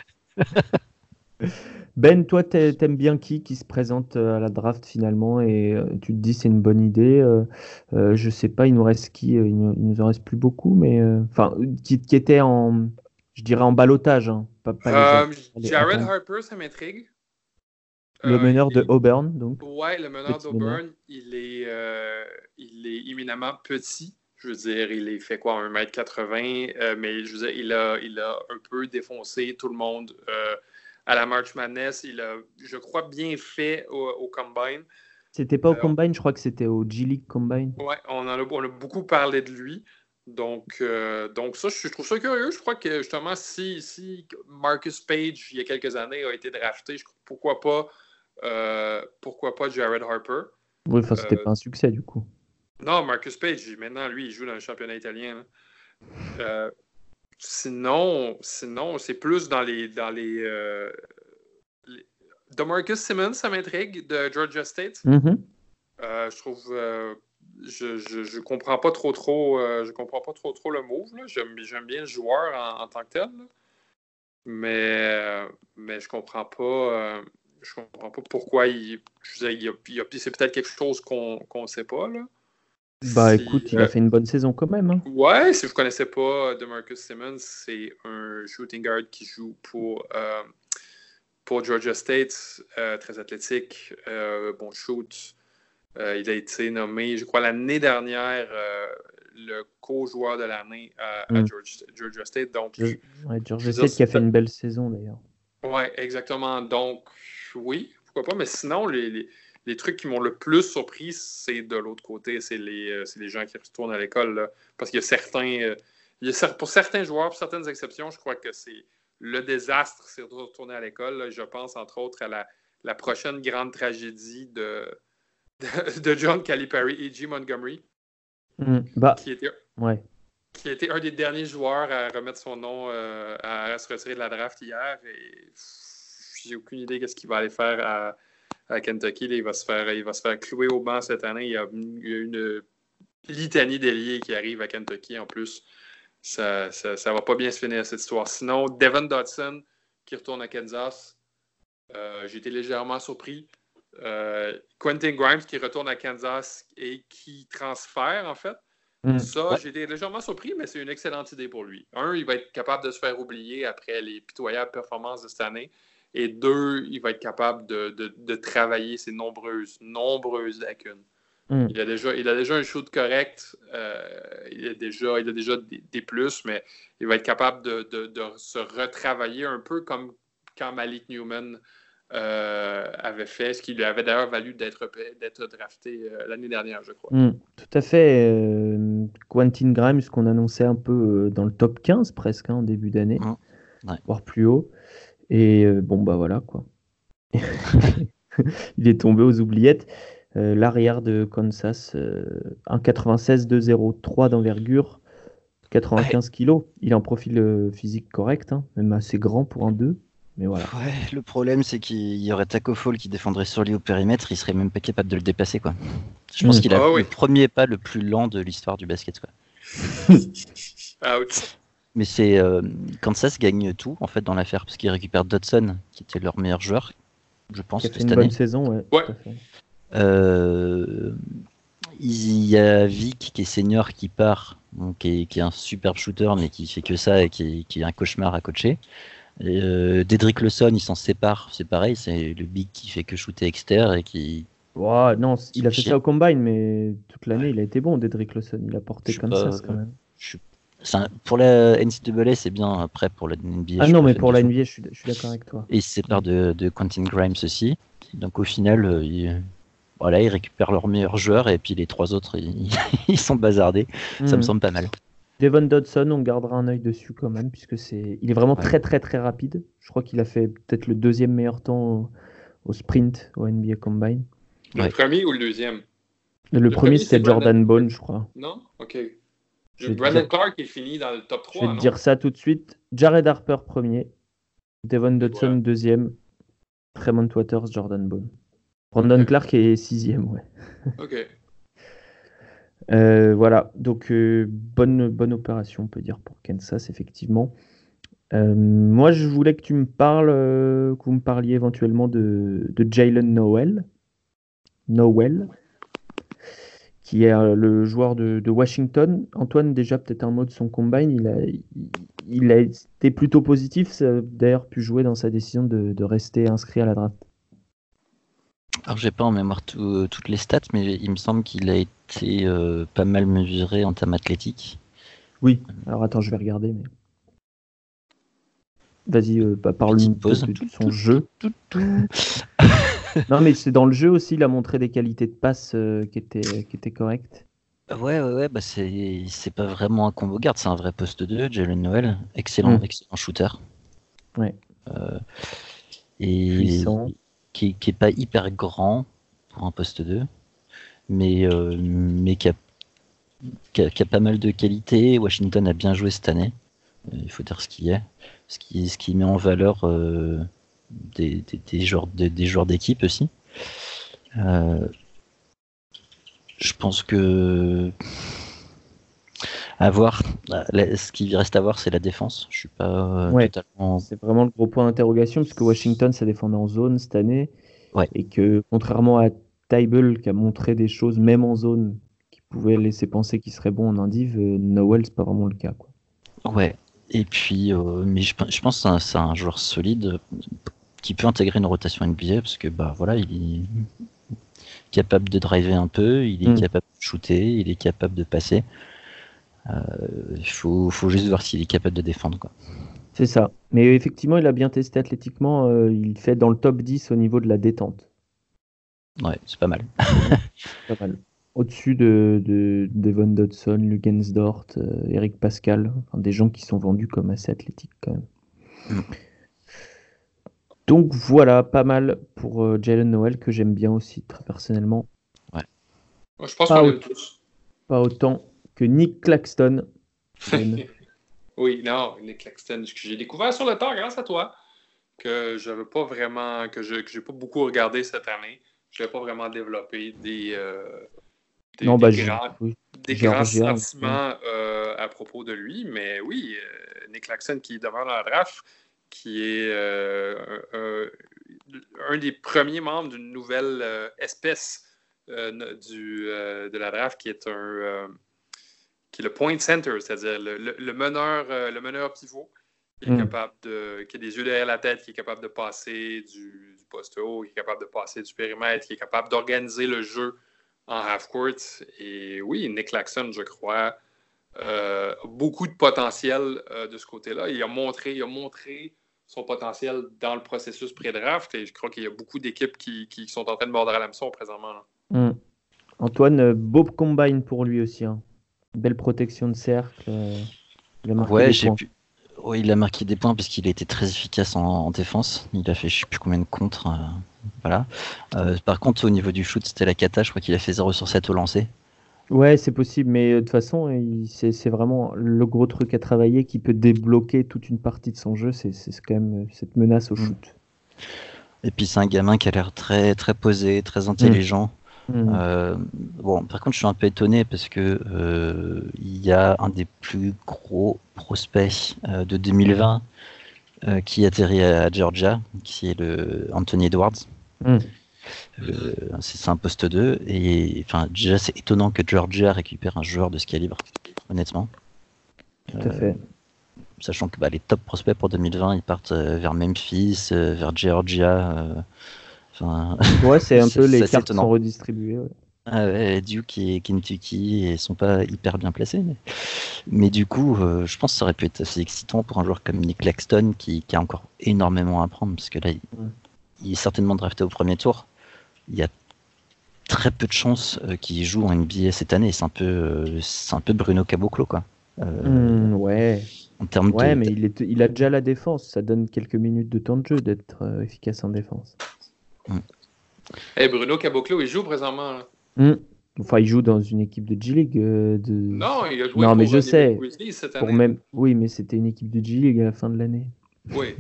Ben, toi, t'aimes bien qui se présente à la draft finalement et tu te dis c'est une bonne idée. Je sais pas, il nous reste qui? Il nous en reste plus beaucoup, mais enfin, qui était je dirais en ballottage, hein, pas Jared attends. Harper, ça m'intrigue. Le meneur de Auburn, donc. Ouais, le meneur Petit d'Auburn, il est éminemment petit. Je veux dire, il fait quoi, 1,80 m, mais je veux dire, il a un peu défoncé tout le monde à la March Madness. Il a, je crois, bien fait au Combine. C'était pas au Combine, je crois que c'était au G-League Combine. Ouais, on a beaucoup parlé de lui. Donc ça, je trouve ça curieux. Je crois que justement, si Marcus Page, il y a quelques années, a été drafté, pourquoi pas Jared Harper? Oui, enfin, c'était pas un succès du coup. Non, Marcus Page, maintenant, lui, il joue dans le championnat italien. Sinon, c'est plus dans les DeMarcus Simmons, ça m'intrigue, de Georgia State. Je trouve... je comprends pas trop le move. Là. J'aime bien le joueur en tant que tel. Là. Mais je comprends pas... je comprends pas pourquoi c'est peut-être quelque chose qu'on sait pas, là. Écoute, il a fait une bonne saison quand même. Hein. Ouais, si vous connaissez pas DeMarcus Simmons, c'est un shooting guard qui joue pour pour Georgia State, très athlétique, bon shoot. Il a été nommé, je crois, l'année dernière, le co-joueur de l'année à Georgia State. Donc, Georgia State qui a fait une belle saison, d'ailleurs. Oui, exactement. Donc, oui, pourquoi pas. Mais sinon, les trucs qui m'ont le plus surpris, c'est de l'autre côté. C'est les gens qui retournent à l'école. Là. Parce qu'il y a certains... pour certains joueurs, pour certaines exceptions, je crois que c'est le désastre, c'est de retourner à l'école. Là. Je pense, entre autres, à la prochaine grande tragédie de John Calipari et G. Montgomery, qui était un des derniers joueurs à remettre son nom, à se retirer de la draft hier. Et j'ai aucune idée de ce qu'il va aller faire à Kentucky. Là, il va se faire clouer au banc cette année. Il y a une litanie d'ailiers qui arrive à Kentucky en plus. Ça va pas bien se finir cette histoire. Sinon, Devon Dotson qui retourne à Kansas. J'ai été légèrement surpris. Quentin Grimes qui retourne à Kansas et qui transfère, en fait. J'ai été légèrement surpris, mais c'est une excellente idée pour lui. Un, il va être capable de se faire oublier après les pitoyables performances de cette année. Et deux, il va être capable de travailler ses nombreuses lacunes. Il a déjà un shoot correct. Il a déjà des plus, mais il va être capable de se retravailler un peu comme quand Malik Newman avait fait, ce qui lui avait d'ailleurs valu d'être drafté l'année dernière, je crois. Tout à fait. Quentin Grimes, qu'on annonçait un peu dans le top 15 presque en début d'année, voire plus haut. Et voilà quoi. Il est tombé aux oubliettes. L'arrière de Kansas, 1,96, 2,03 d'envergure, 95 kilos. Il a un profil physique correct, même assez grand pour un 2. Mais voilà. Ouais, le problème, c'est qu'il y aurait Taco Fall qui défendrait sur lui au périmètre, il serait même pas capable de le dépasser, quoi. Je pense qu'il a le premier pas le plus lent de l'histoire du basket, quoi. Ouch. Mais Kansas gagne tout, en fait, dans l'affaire, parce qu'ils récupèrent Dodson, qui était leur meilleur joueur, je pense, qui a fait cette une année. bonne saison, ouais. Ouais. Tout à fait. Il y a Vic qui est senior qui part, donc, qui est un superbe shooter, mais qui fait que ça et qui est un cauchemar à coacher. Dedrick Lawson, il s'en sépare, c'est pareil, c'est le big qui fait que shooter externe et qui. Non, il a fait ça au combine, mais toute l'année il a été bon. Dedrick Lawson, il a porté Kansas quand même. Pour la NCAA, c'est bien. Après, pour la NBA. Mais pour la NBA, je suis d'accord avec toi. Et il se sépare de Quentin Grimes aussi. Donc au final, ils récupèrent leur meilleur joueur et puis les trois autres, ils sont bazardés. Ça me semble pas mal. Devon Dodson, on gardera un œil dessus quand même, puisque il est vraiment très très très rapide. Je crois qu'il a fait peut-être le deuxième meilleur temps au sprint au NBA Combine. Le premier ou le deuxième? Le premier, c'était Jordan Bone, je crois. Non? Ok. Brandon Clark est fini dans le top 3. Je vais te dire ça tout de suite. Jared Harper premier, Devon Dodson deuxième, Tremont Waters, Jordan Bone. Brandon Clark est sixième, ouais. Ok. Voilà, donc bonne opération, on peut dire, pour Kansas, effectivement. Moi, je voulais que vous me parliez éventuellement de Jalen Nowell, qui est le joueur de Washington. Antoine, déjà, peut-être un mot de son combine. Il a été plutôt positif, ça a d'ailleurs pu jouer dans sa décision de rester inscrit à la draft. Alors, j'ai pas en mémoire toutes les stats, mais il me semble qu'il a été pas mal mesuré en termes athlétiques. Oui, alors attends, je vais regarder. Mais... Vas-y, parle-nous de son jeu. Non, mais c'est dans le jeu aussi, il a montré des qualités de passe qui étaient correctes. Ouais, bah c'est pas vraiment un combo garde, c'est un vrai poste 2, Jalen Nowell. Excellent shooter. Ouais. Et puissant. Qui est pas hyper grand pour un poste 2, mais qui a pas mal de qualité. Washington a bien joué cette année, il faut dire ce qui met en valeur des joueurs d'équipe aussi. Je pense que ce qui reste à voir, c'est la défense. Je suis pas totalement. C'est vraiment le gros point d'interrogation, puisque Washington, ça défendait en zone cette année. Ouais. Et que, contrairement à Tybalt, qui a montré des choses, même en zone, qui pouvaient laisser penser qu'il serait bon en indiv, Nowell, c'est pas vraiment le cas, quoi. Ouais. Et puis, mais je pense que c'est un joueur solide. qui peut intégrer une rotation NBA parce que voilà, il est capable de driver un peu, il est capable de shooter, il est capable de passer. Il faut juste voir s'il est capable de défendre, quoi. C'est ça. Mais effectivement, il a bien testé athlétiquement. Il fait dans le top 10 au niveau de la détente. Ouais, c'est pas mal. Pas mal. Au-dessus de Devon Dodson, Lugensdort, Eric Pascal, enfin, des gens qui sont vendus comme assez athlétiques quand même. Donc voilà, pas mal pour Jaylen Nowell que j'aime bien aussi très personnellement. Ouais. Moi, je pense qu'on aime tous. Pas autant que Nick Claxton. Oui, non, Nick Claxton, que j'ai découvert sur le tard grâce à toi, que j'avais pas vraiment, que j'ai pas beaucoup regardé cette année. Je l'ai pas vraiment développé des grands sentiments à propos de lui, mais oui, Nick Claxton qui est devant dans la draft, qui est un des premiers membres d'une nouvelle espèce de la draft qui est qui est le point center, c'est-à-dire le meneur pivot, qui est capable qui a des yeux derrière la tête, qui est capable de passer du poste haut, qui est capable de passer du périmètre, qui est capable d'organiser le jeu en half-court. Et oui, Nick Claxton, je crois, a beaucoup de potentiel de ce côté-là. Il a montré son potentiel dans le processus pré-draft et je crois qu'il y a beaucoup d'équipes qui sont en train de mordre à l'hameçon présentement. Antoine, beau combine pour lui aussi. Belle protection de cercle. Il a marqué des points. Oui, il a marqué des points parce qu'il a été très efficace en défense. Il a fait je sais plus combien de contres. Voilà. Par contre, au niveau du shoot, c'était la cata. Je crois qu'il a fait 0 sur 7 au lancer. Ouais, c'est possible, mais de toute façon, c'est vraiment le gros truc à travailler qui peut débloquer toute une partie de son jeu. C'est quand même cette menace au shoot. Et puis c'est un gamin qui a l'air très très posé, très intelligent. Bon, par contre, je suis un peu étonné parce que il y a un des plus gros prospects de 2020 qui atterrit à Georgia, qui est le Anthony Edwards. C'est un poste 2 et enfin déjà c'est étonnant que Georgia récupère un joueur de ce calibre, honnêtement. Tout à fait. Sachant que les top prospects pour 2020 ils partent vers Memphis, vers Georgia. Ouais, c'est un peu les cartes sont redistribuées. Ouais. Duke et Kentucky et sont pas hyper bien placés. Mais du coup, je pense que ça aurait pu être assez excitant pour un joueur comme Nick Claxton qui a encore énormément à apprendre parce que là, il est certainement drafté au premier tour. Il y a très peu de chances qu'il joue en NBA cette année. C'est un peu Bruno Caboclo, quoi. Ouais. En termes mais il a déjà la défense. Ça donne quelques minutes de temps de jeu d'être efficace en défense. Bruno Caboclo, il joue présentement. Enfin, il joue dans une équipe de G-League. Non, il a joué mais je sais. Grizzlies cette année. Oui, mais c'était une équipe de G-League à la fin de l'année. Oui.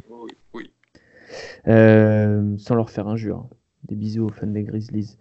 Sans leur faire injure. Des bisous aux fans des Grizzlies.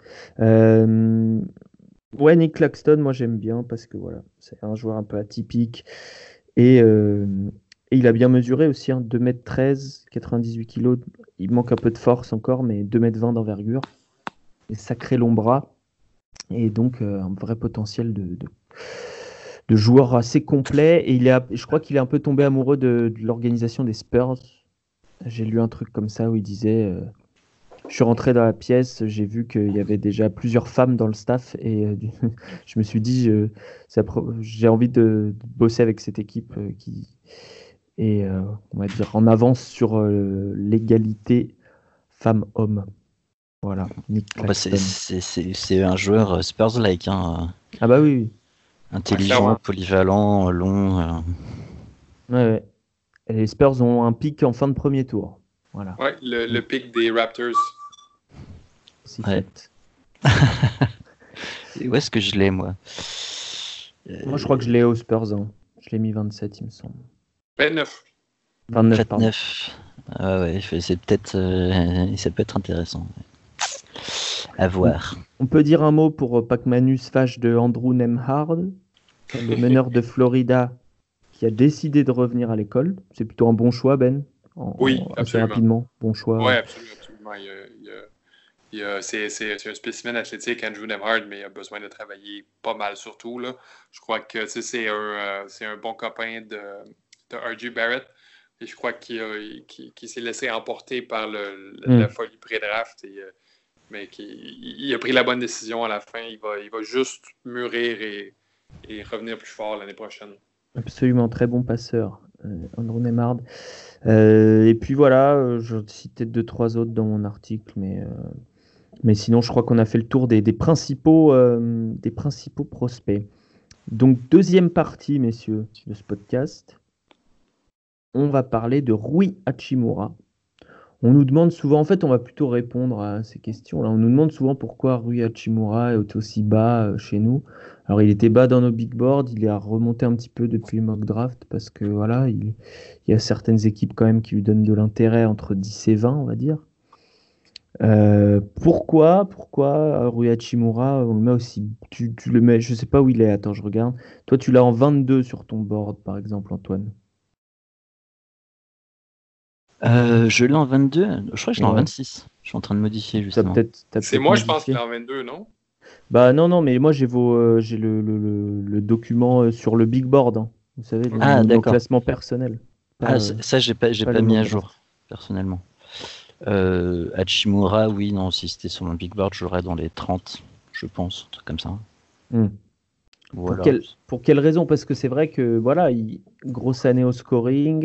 Ouais, Nick Claxton, moi j'aime bien parce que voilà, c'est un joueur un peu atypique. Et il a bien mesuré aussi, 2m13, 98 kg. Il manque un peu de force encore, mais 2m20 d'envergure. Et sacré long bras. Et donc un vrai potentiel de joueur assez complet. Et je crois qu'il est un peu tombé amoureux de l'organisation des Spurs. J'ai lu un truc comme ça où il disait je suis rentré dans la pièce, j'ai vu qu'il y avait déjà plusieurs femmes dans le staff et je me suis dit j'ai envie de bosser avec cette équipe qui est on va dire en avance sur l'égalité femmes-hommes. Voilà. C'est un joueur Spurs-like. Ah bah oui. Intelligent, polyvalent, long. Ouais. Et les Spurs ont un pic en fin de premier tour. Voilà. Ouais, le pic des Raptors. Ouais. Où est-ce que je l'ai, moi Moi, je crois que je l'ai aux Spurs. Je l'ai mis 27, il me semble. 29. 29. C'est peut-être... ça peut être intéressant. À voir. On peut dire un mot pour Pacmanus Fâche de Andrew Nemhard, le meneur de Florida qui a décidé de revenir à l'école. C'est plutôt un bon choix, Ben. Assez rapidement. Bon choix. Oui, absolument. C'est un spécimen athlétique, Andrew Nemhard, mais il a besoin de travailler pas mal surtout. Là. Je crois que c'est un bon copain de R.J. Barrett. Et je crois qu'il s'est laissé emporter par la folie pré-draft. Mais il a pris la bonne décision à la fin. Il va juste mûrir et revenir plus fort l'année prochaine. Absolument, très bon passeur, Andrew Nemhard. Et puis voilà, je citais 2-3 autres dans mon article, mais sinon, je crois qu'on a fait le tour des principaux prospects. Donc, deuxième partie, messieurs, de ce podcast, on va parler de Rui Hachimura. On nous demande souvent, en fait, on va plutôt répondre à ces questions-là. On nous demande souvent pourquoi Rui Hachimura est aussi bas chez nous. Alors, il était bas dans nos big boards, il est remonté un petit peu depuis le mock draft parce que voilà, il y a certaines équipes quand même qui lui donnent de l'intérêt entre 10 et 20, on va dire. Pourquoi Rui Hachimura, on le met aussi, tu le mets, je sais pas où il est, attends, je regarde. Toi, tu l'as en 22 sur ton board, par exemple, Antoine. Je l'ai en 22, je crois que je l'ai en Ouais. 26. Je suis en train de modifier justement. C'est moi, je pense qu'il est en 22, non? Bah non, mais moi j'ai le document sur le big board, hein. Vous savez, mon classement personnel. Ça, j'ai pas mis à jour, personnellement. Hachimura, oui, non, si c'était sur mon big board, j'aurais dans les 30, je pense, un truc comme ça. Voilà. Pour quelle raison? Parce que c'est vrai que voilà, grosse année au scoring.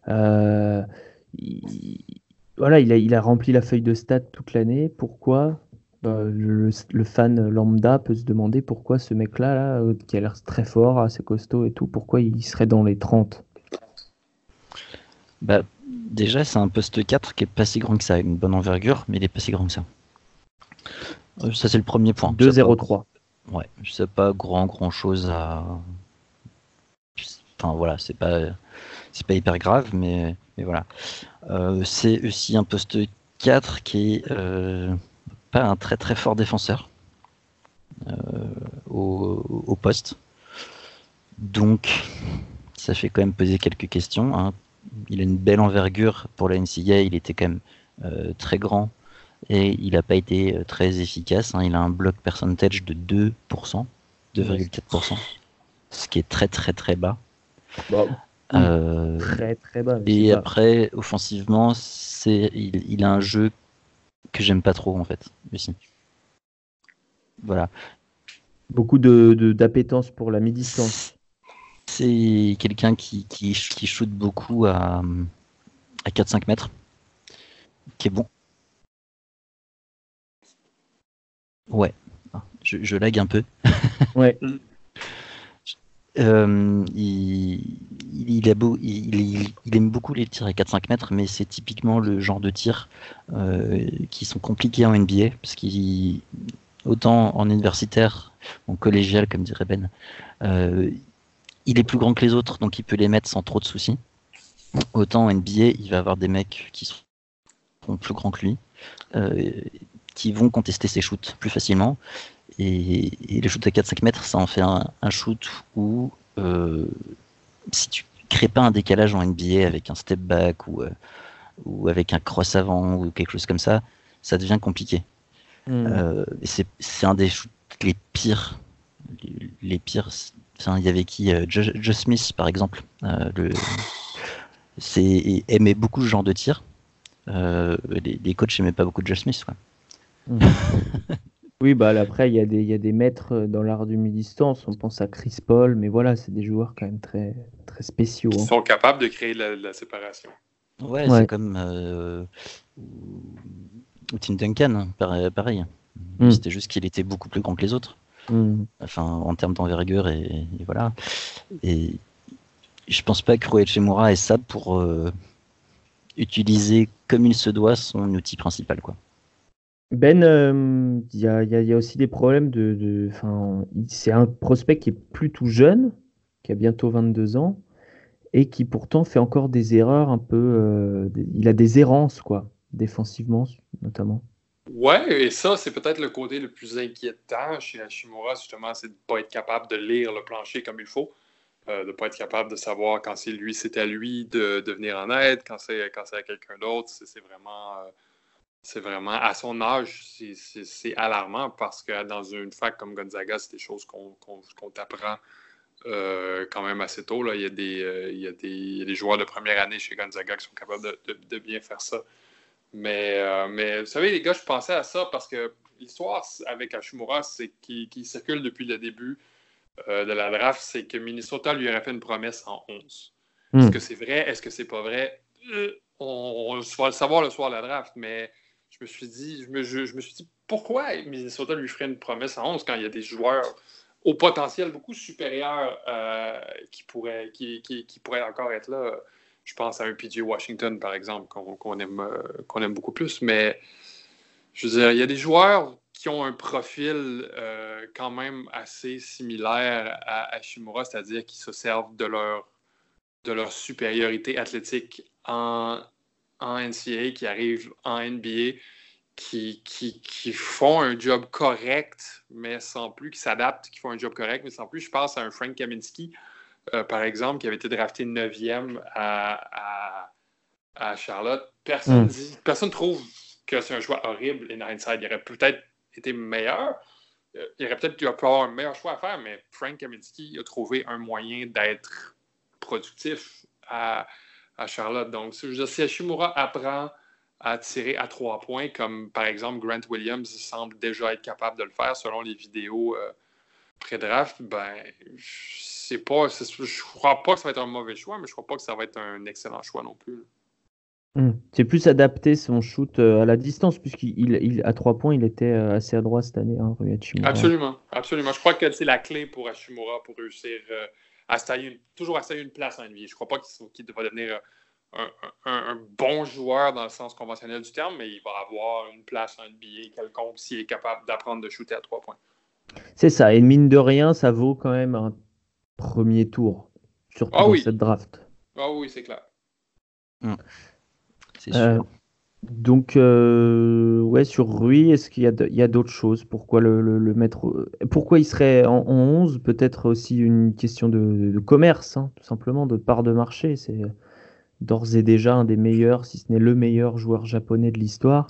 Voilà, il a rempli la feuille de stats toute l'année. Pourquoi? Le fan lambda peut se demander pourquoi ce mec-là, qui a l'air très fort, assez costaud et tout, pourquoi il serait dans les 30? Bah, déjà, c'est un poste 4 qui est pas si grand que ça, une bonne envergure, mais il est pas si grand que ça. Ça, c'est le premier point. 2,03. Ouais, c'est pas grand chose à. Enfin voilà, c'est pas hyper grave, mais voilà. C'est aussi un poste 4 qui est pas un très très fort défenseur au poste. Donc, ça fait quand même poser quelques questions, hein. Il a une belle envergure pour la NCAA, il était quand même très grand et il n'a pas été très efficace, hein. Il a un block percentage de 2%, 2,4%, ce qui est très très très bas. Très très bas. Et après, offensivement, il a un jeu que j'aime pas trop en fait. Aussi. Voilà. Beaucoup d'appétence pour la mi-distance. C'est quelqu'un qui shoot beaucoup à 4-5 mètres, qui est bon. Ouais, je lag un peu. Ouais. Il aime beaucoup les tirs à 4-5 mètres, mais c'est typiquement le genre de tirs qui sont compliqués en NBA, parce qu'autant en universitaire, en collégial, comme dirait Ben, il est plus grand que les autres, donc il peut les mettre sans trop de soucis. Autant en NBA, il va avoir des mecs qui sont plus grands que lui, qui vont contester ses shoots plus facilement. Et les shoots à 4-5 mètres, ça en fait un shoot où si tu crées pas un décalage en NBA avec un step back ou avec un cross avant ou quelque chose comme ça, ça devient compliqué. C'est un des shoots les pires. Les pires. Il y avait qui Josh Smith par exemple. Aimait beaucoup ce genre de tir. Les coachs aimaient pas beaucoup Josh Smith, quoi. Oui, bah après, il y a des maîtres dans l'art du mi-distance. On pense à Chris Paul, mais voilà, c'est des joueurs quand même très, très spéciaux. Qui sont capables de créer la séparation. Ouais, c'est comme Tim Duncan, pareil. C'était juste qu'il était beaucoup plus grand que les autres. Enfin, en termes d'envergure, et voilà. Et je pense pas que Rui Hachimura ait ça pour utiliser comme il se doit son outil principal, quoi. Ben, il y a aussi des problèmes c'est un prospect qui est plus tout jeune, qui a bientôt 22 ans, et qui pourtant fait encore des erreurs un peu. Il a des errances, quoi, défensivement notamment. Ouais, et ça, c'est peut-être le côté le plus inquiétant chez Hachimura, justement, c'est de ne pas être capable de lire le plancher comme il faut, de ne pas être capable de savoir quand c'est à lui de venir en aide, quand c'est à quelqu'un d'autre. C'est vraiment, à son âge, c'est alarmant parce que dans une fac comme Gonzaga, c'est des choses qu'on t'apprend quand même assez tôt. Là. Il y a des joueurs de première année chez Gonzaga qui sont capables de bien faire ça. Mais vous savez, les gars, je pensais à ça parce que l'histoire avec Hachimura, c'est qui circule depuis le début de la draft, c'est que Minnesota lui aurait fait une promesse en 11. Est-ce que c'est vrai? Est-ce que c'est pas vrai? On va le savoir le soir de la draft, mais je me suis dit, pourquoi Minnesota lui ferait une promesse en 11 quand il y a des joueurs au potentiel beaucoup supérieur qui pourraient encore être là? Je pense à un PJ Washington, par exemple, qu'on aime beaucoup plus. Mais je veux dire, il y a des joueurs qui ont un profil quand même assez similaire à Hachimura, c'est-à-dire qui se servent de leur supériorité athlétique en NCAA, qui arrivent en NBA, qui font un job correct, mais sans plus, qui s'adaptent, qui font un job correct, mais sans plus. Je pense à un Frank Kaminsky, par exemple, qui avait été drafté 9e à Charlotte. Personne trouve que c'est un choix horrible in hindsight. Il aurait peut-être été meilleur. Il aurait peut-être pu avoir un meilleur choix à faire, mais Frank Kaminsky a trouvé un moyen d'être productif à Charlotte. Donc, je veux dire, si Hachimura apprend à tirer à 3 points, comme par exemple Grant Williams semble déjà être capable de le faire selon les vidéos pré-draft, je crois pas que ça va être un mauvais choix, mais je crois pas que ça va être un excellent choix non plus. C'est plus adapté son shoot à la distance, puisqu'il à 3 points, il était assez adroit cette année, Rui Hachimura. Absolument. Je crois que c'est la clé pour Hachimura pour réussir toujours à se tailler une place en NBA. Je crois pas qu'il va devenir un bon joueur dans le sens conventionnel du terme, mais il va avoir une place en NBA quelconque s'il est capable d'apprendre de shooter à 3 points. C'est ça, et mine de rien, ça vaut quand même un premier tour, surtout dans cette draft. Ah oui, c'est clair. C'est sûr. Donc, sur Rui, est-ce qu'il y a d'autres choses? Pourquoi le mettre? Pourquoi il serait en 11? Peut-être aussi une question de commerce, tout simplement, de part de marché. C'est d'ores et déjà un des meilleurs, si ce n'est le meilleur joueur japonais de l'histoire.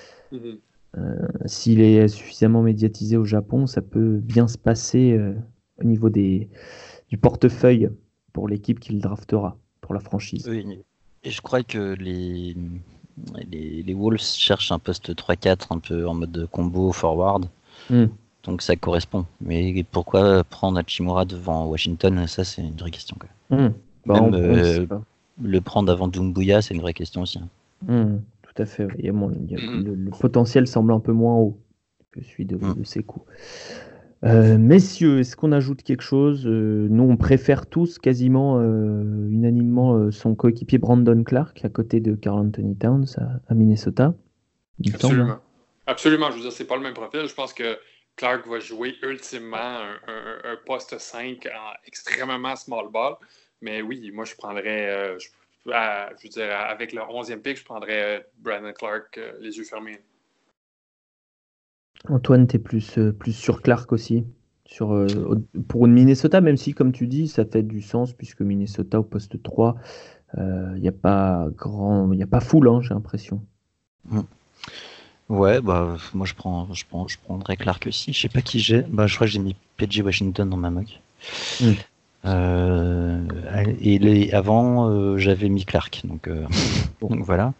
S'il est suffisamment médiatisé au Japon, ça peut bien se passer au niveau du portefeuille pour l'équipe qui le draftera, pour la franchise. Oui, et je crois que les Wolves cherchent un poste 3-4 un peu en mode combo forward. Donc ça correspond. Mais pourquoi prendre Hachimura devant Washington, ça c'est une vraie question. Le prendre avant Doumbouya, c'est une vraie question aussi. Tout à fait. Le potentiel semble un peu moins haut que celui de Sekou. Messieurs, est-ce qu'on ajoute quelque chose? Nous, on préfère tous quasiment unanimement son coéquipier Brandon Clark à côté de Karl Anthony Towns à Minnesota. Absolument. Absolument. Je veux dire, c'est pas le même profil. Je pense que Clark va jouer ultimement un poste 5 en extrêmement small ball. Mais oui, moi, je prendrais, avec le 11e pick, je prendrais Brandon Clark les yeux fermés. Antoine, tu es plus sur Clark aussi, pour une Minnesota, même si, comme tu dis, ça fait du sens, puisque Minnesota au poste 3, il n'y a pas foule, j'ai l'impression. Ouais, moi je prendrais Clark aussi. Je sais pas qui j'ai. Je crois que j'ai mis PJ Washington dans ma mock. Et avant, j'avais mis Clark, donc voilà.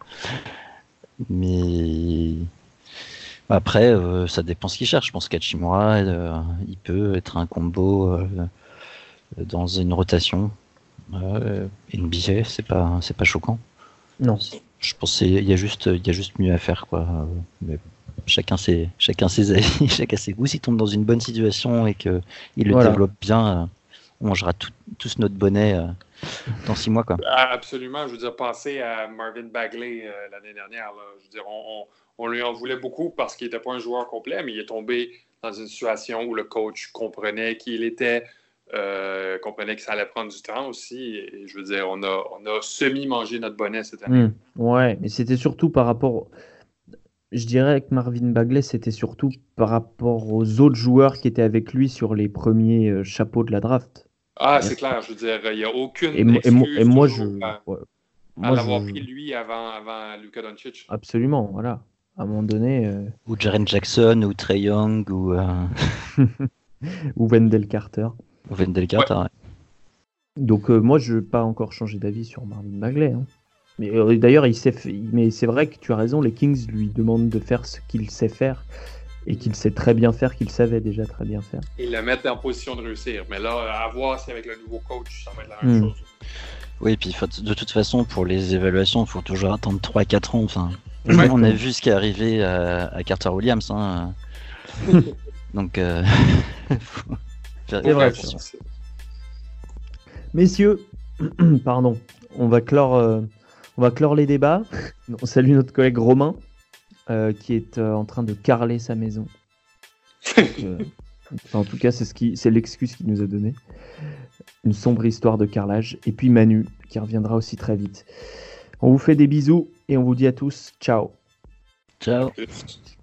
Mais après, ça dépend ce qu'il cherche. Je pense qu'Hachimura, il peut être un combo dans une rotation. NBA, c'est pas choquant. Non. Je pense qu'il y a juste mieux à faire, quoi. Mais chacun ses avis, chacun ses goûts. S'il tombe dans une bonne situation et qu'il le développe bien, on mangera tous notre bonnet dans 6 mois, quoi. Absolument. Je veux dire, pensez à Marvin Bagley l'année dernière. Là. Je veux dire, on lui en voulait beaucoup parce qu'il n'était pas un joueur complet, mais il est tombé dans une situation où le coach comprenait qu'il était, comprenait que ça allait prendre du temps aussi. Et je veux dire, on a semi-mangé notre bonnet cette année. Ouais, mais c'était surtout par rapport... Je dirais que Marvin Bagley, c'était surtout par rapport aux autres joueurs qui étaient avec lui sur les premiers chapeaux de la draft. C'est clair. Je veux dire, il n'y a aucune excuse à l'avoir pris lui avant Luka Doncic. Absolument, voilà. À un moment donné... Ou Jaren Jackson, ou Trae Young, ou... ou Wendell Carter. Ou Wendell Carter, ouais. Donc moi, je n'ai pas encore changé d'avis sur Marvin Bagley. Hein. Mais d'ailleurs, mais c'est vrai que tu as raison, les Kings lui demandent de faire ce qu'il sait faire et qu'il sait très bien faire, qu'il savait déjà très bien faire. Et le mettre en position de réussir. Mais là, à voir si avec le nouveau coach, ça va être la même chose. Oui, puis de toute façon, pour les évaluations, il faut toujours attendre 3-4 ans. Enfin, Ouais. on a vu ce qui est arrivé à Carter Williams. Hein. Donc, faut faire C'est vrai, attention. Messieurs, pardon, on va clore les débats. On salue notre collègue Romain qui est en train de carreler sa maison. Donc, en tout cas, c'est l'excuse qu'il nous a donnée. Une sombre histoire de carrelage. Et puis Manu qui reviendra aussi très vite. On vous fait des bisous et on vous dit à tous ciao. Ciao.